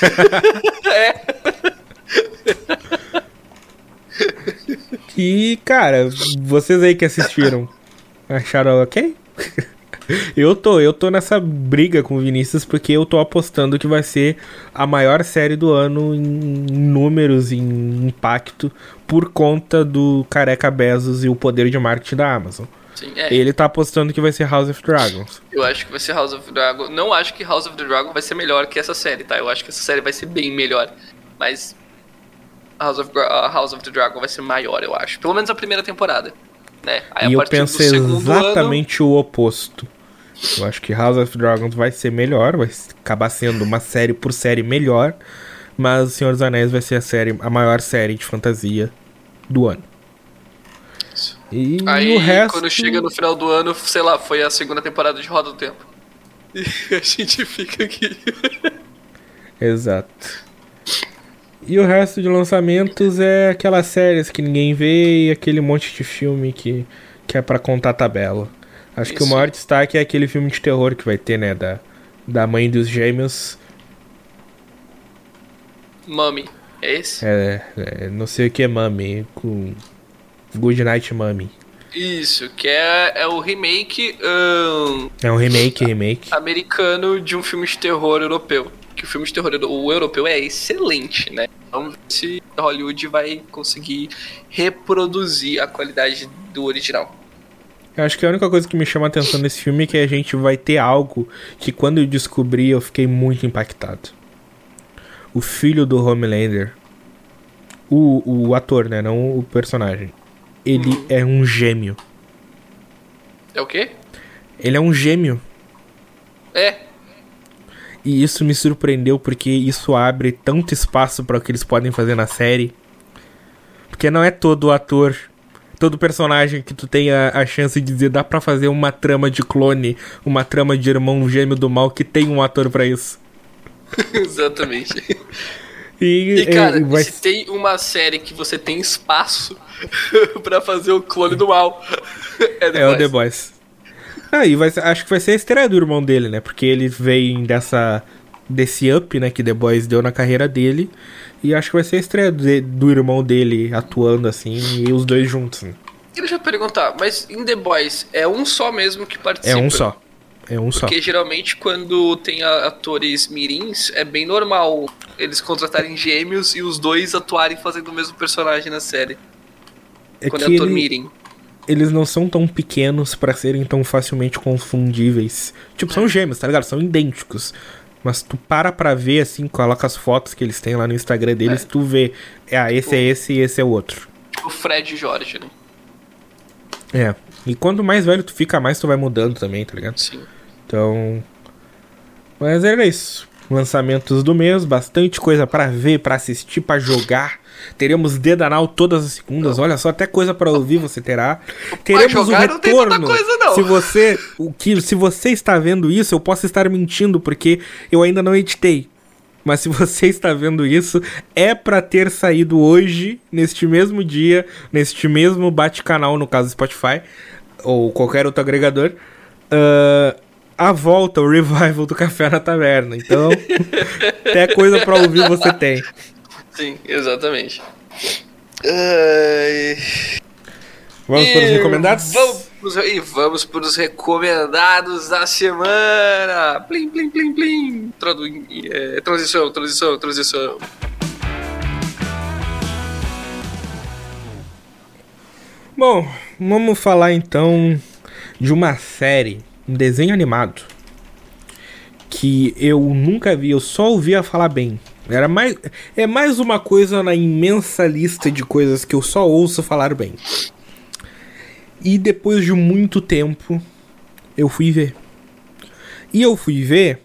E, cara, vocês aí que assistiram, acharam ok? Eu tô nessa briga com o Vinícius porque eu tô apostando que vai ser a maior série do ano em números, em impacto, por conta do Careca Bezos e o poder de marketing da Amazon. Sim, Ele tá apostando que vai ser House of Dragons. Eu acho que vai ser House of Dragon. Não acho que House of the Dragon vai ser melhor que essa série, tá? Eu acho que essa série vai ser bem melhor. Mas House of the Dragon vai ser maior, eu acho. Pelo menos a primeira temporada, né? Aí, e eu penso exatamente o oposto. Eu acho que House of Dragons vai ser melhor, vai acabar sendo uma série por série melhor, mas O Senhor dos Anéis vai ser a maior série de fantasia do ano. E aí, o resto... quando chega no final do ano, sei lá, foi a segunda temporada de Roda do Tempo. E a gente fica aqui. Exato. E o resto de lançamentos é aquelas séries que ninguém vê e aquele monte de filme que é pra contar tabela. Acho que o maior destaque é aquele filme de terror que vai ter, né? Da mãe dos gêmeos. Mummy, é esse? Não sei o que é Mummy. Com Good Night Mummy. Isso, que é o remake... é um remake. Americano de um filme de terror europeu. Que o filme de terror o europeu é excelente, né? Vamos ver se Hollywood vai conseguir reproduzir a qualidade do original. Eu acho que a única coisa que me chama a atenção nesse filme é que a gente vai ter algo que quando eu descobri eu fiquei muito impactado. O filho do Homelander, o ator, né, não o personagem, ele é um gêmeo. É o quê? Ele é um gêmeo. É. E isso me surpreendeu porque isso abre tanto espaço para o que eles podem fazer na série. Porque não é todo ator, todo personagem que tu tem a chance de dizer, dá pra fazer uma trama de clone, uma trama de irmão gêmeo do mal que tem um ator pra isso. Exatamente. E cara, se tem uma série que você tem espaço pra fazer o clone do mal, é o The Boys. Acho que vai ser a estreia do irmão dele, né? Porque ele vem desse up, né, que The Boys deu na carreira dele. E acho que vai ser a estreia do irmão dele atuando assim, e os dois juntos, né? Deixa eu perguntar, mas em The Boys é um só mesmo que participa? É um só. Porque geralmente quando tem atores mirins, é bem normal eles contratarem gêmeos e os dois atuarem fazendo o mesmo personagem na série. Quando é ator mirim. Eles não são tão pequenos pra serem tão facilmente confundíveis. Tipo, são gêmeos, tá ligado? São idênticos. Mas tu pra ver, assim, coloca as fotos que eles têm lá no Instagram deles, tu vê, esse é esse e esse é o outro. Tipo o Fred e Jorge, né? É. E quanto mais velho tu fica, mais tu vai mudando também, tá ligado? Sim. Então... Mas era isso. Lançamentos do mês, bastante coisa pra ver, pra assistir, pra jogar. Teremos Dedanal todas as segundas. Olha só, até coisa pra ouvir você terá. Teremos jogar, o retorno. Não tem coisa, não. Se você está vendo isso, eu posso estar mentindo porque eu ainda não editei. Mas se você está vendo isso, é pra ter saído hoje, neste mesmo dia, neste mesmo bate-canal, no caso Spotify ou qualquer outro agregador, a volta, o revival do Café na Taverna. Então, até coisa pra ouvir você tem. Sim, exatamente. Vamos para os recomendados? Vamos para os recomendados da semana. Plim, plim, plim, plim. Transição. Bom, vamos falar então de uma série, um desenho animado, que eu nunca vi, eu só ouvia falar bem. É mais uma coisa na imensa lista de coisas que eu só ouço falar bem. E depois de muito tempo, eu fui ver. E eu fui ver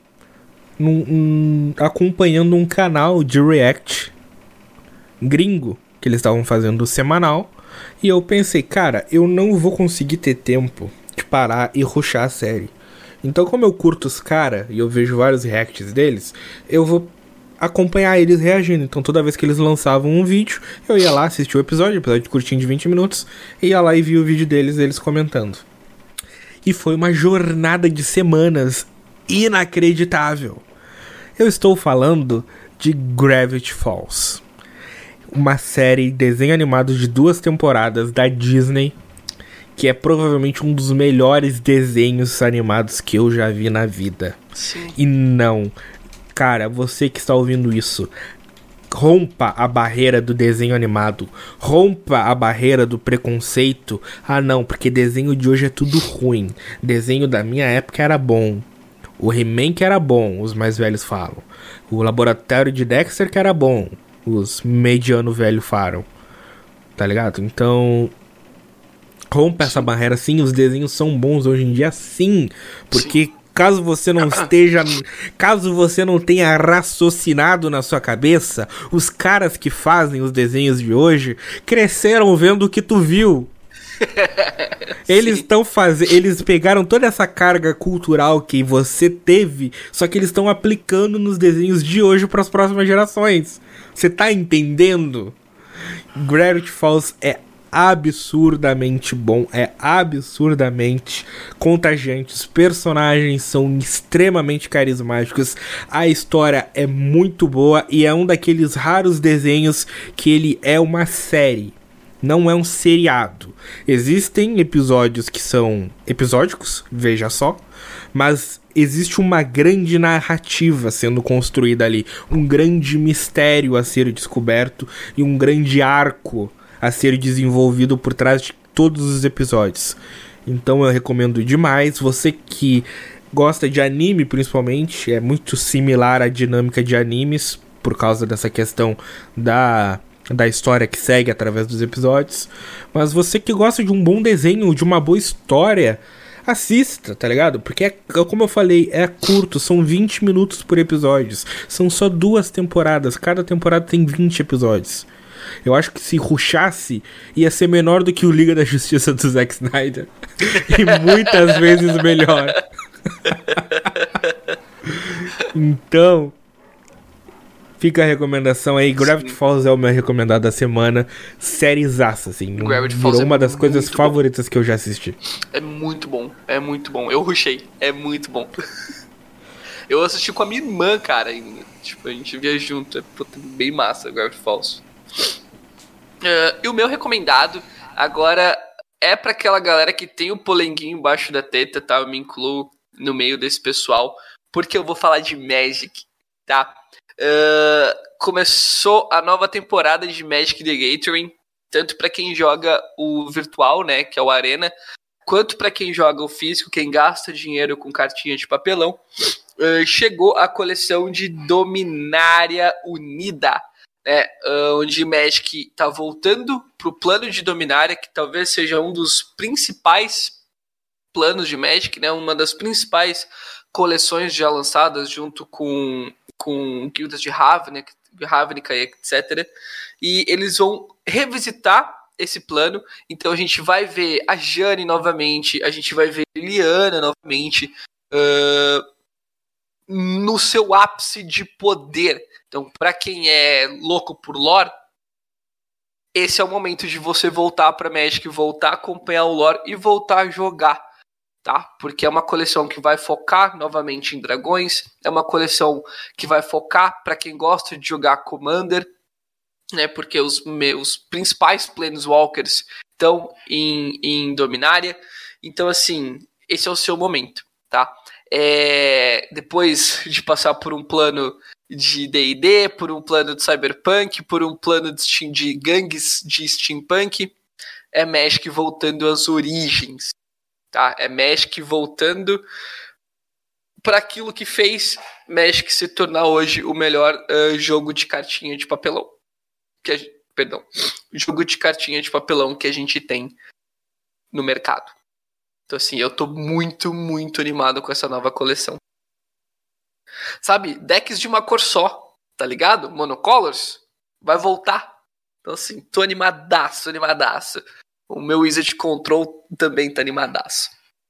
acompanhando um canal de react gringo, que eles estavam fazendo semanal. E eu pensei, cara, eu não vou conseguir ter tempo de parar e rushar a série. Então, como eu curto os caras e eu vejo vários reacts deles, eu vou acompanhar eles reagindo. Então toda vez que eles lançavam um vídeo, eu ia lá assistir o episódio curtinho de 20 minutos, e ia lá e via o vídeo deles, eles comentando. E foi uma jornada de semanas inacreditável. Eu estou falando de Gravity Falls, uma série desenho animado de 2 temporadas da Disney, que é provavelmente um dos melhores desenhos animados que eu já vi na vida. Sim. E não... Cara, você que está ouvindo isso, rompa a barreira do desenho animado, rompa a barreira do preconceito. Ah não, porque desenho de hoje é tudo ruim. Desenho da minha época era bom. O He-Man que era bom, os mais velhos falam. O Laboratório de Dexter que era bom, os mediano velho falam. Tá ligado? Então... rompa essa barreira, sim, os desenhos são bons hoje em dia, sim. Porque... sim. Caso você não tenha raciocinado na sua cabeça, os caras que fazem os desenhos de hoje cresceram vendo o que tu viu. Eles pegaram toda essa carga cultural que você teve, só que eles estão aplicando nos desenhos de hoje para as próximas gerações. Você tá entendendo? Gravity Falls é absurdamente bom, é absurdamente contagiante, os personagens são extremamente carismáticos, a história é muito boa e é um daqueles raros desenhos que ele é uma série, não é um seriado. Existem episódios que são episódicos, veja só, mas existe uma grande narrativa sendo construída ali, um grande mistério a ser descoberto e um grande arco a ser desenvolvido por trás de todos os episódios. Então eu recomendo demais. Você que gosta de anime, principalmente, é muito similar à dinâmica de animes, por causa dessa questão da história que segue através dos episódios. Mas você que gosta de um bom desenho, de uma boa história, assista, tá ligado? Porque, como eu falei, é curto, são 20 minutos por episódio. São só 2 temporadas, cada temporada tem 20 episódios. Eu acho que se rushasse, ia ser menor do que o Liga da Justiça do Zack Snyder. E muitas vezes melhor. Então, fica a recomendação aí. Gravity Falls é o meu recomendado da semana. Sériezaça, assim. Virou uma das coisas favoritas que eu já assisti. É muito bom, é muito bom. Eu rushei, é muito bom. Eu assisti com a minha irmã, cara. E, tipo, a gente via junto. É bem massa, Gravity Falls. E o meu recomendado agora é pra aquela galera que tem o polenguinho embaixo da teta, tá? Eu me incluo no meio desse pessoal, porque eu vou falar de Magic, tá? Começou a nova temporada de Magic the Gathering, tanto pra quem joga o virtual, né, que é o Arena, quanto pra quem joga o físico, quem gasta dinheiro com cartinha de papelão. Chegou a coleção de Dominária Unida, né, onde Magic tá voltando pro plano de Dominária, que talvez seja um dos principais planos de Magic, né, uma das principais coleções já lançadas junto com guildas de Ravnica e etc. E eles vão revisitar esse plano, então a gente vai ver a Jane novamente, a gente vai ver Liliana novamente, no seu ápice de poder. Então, pra quem é louco por lore, esse é o momento de você voltar pra Magic, voltar a acompanhar o lore e voltar a jogar, tá? Porque é uma coleção que vai focar novamente em dragões, é uma coleção que vai focar pra quem gosta de jogar Commander, né? Porque os principais Planeswalkers estão em Dominária. Então, assim, esse é o seu momento, tá? Depois de passar por um plano de D&D, por um plano de Cyberpunk, por um plano de gangues de Steampunk, é Magic voltando às origens, tá? É Magic voltando para aquilo que fez Magic se tornar hoje o melhor jogo de cartinha de papelão. Jogo de cartinha de papelão que a gente tem no mercado. Então, assim, eu tô muito, muito animado com essa nova coleção. Sabe, decks de uma cor só, tá ligado? Monocolors, vai voltar. Então, assim, tô animadaço, animadaço. O meu Wizard Control também tá animadaço.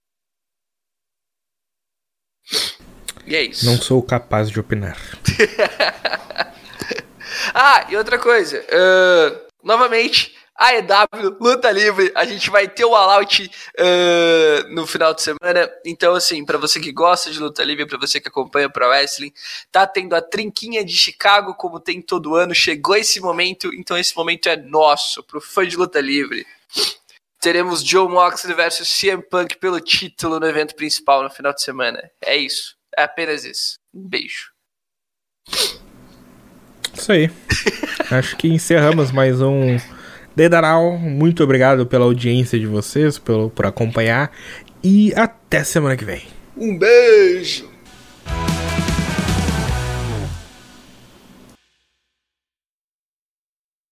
E é isso. Não sou capaz de opinar. E outra coisa. Novamente, AEW, Luta Livre. A gente vai ter o All Out no final de semana. Então, assim, pra você que gosta de Luta Livre, pra você que acompanha o Pro Wrestling, tá tendo a Trinquinha de Chicago, como tem todo ano. Chegou esse momento, então esse momento é nosso, pro fã de Luta Livre. Teremos Jon Moxley versus CM Punk pelo título no evento principal no final de semana. É isso. É apenas isso. Um beijo. Isso aí. Acho que encerramos mais um Dedaral. Muito obrigado pela audiência de vocês, por acompanhar. E até semana que vem. Um beijo!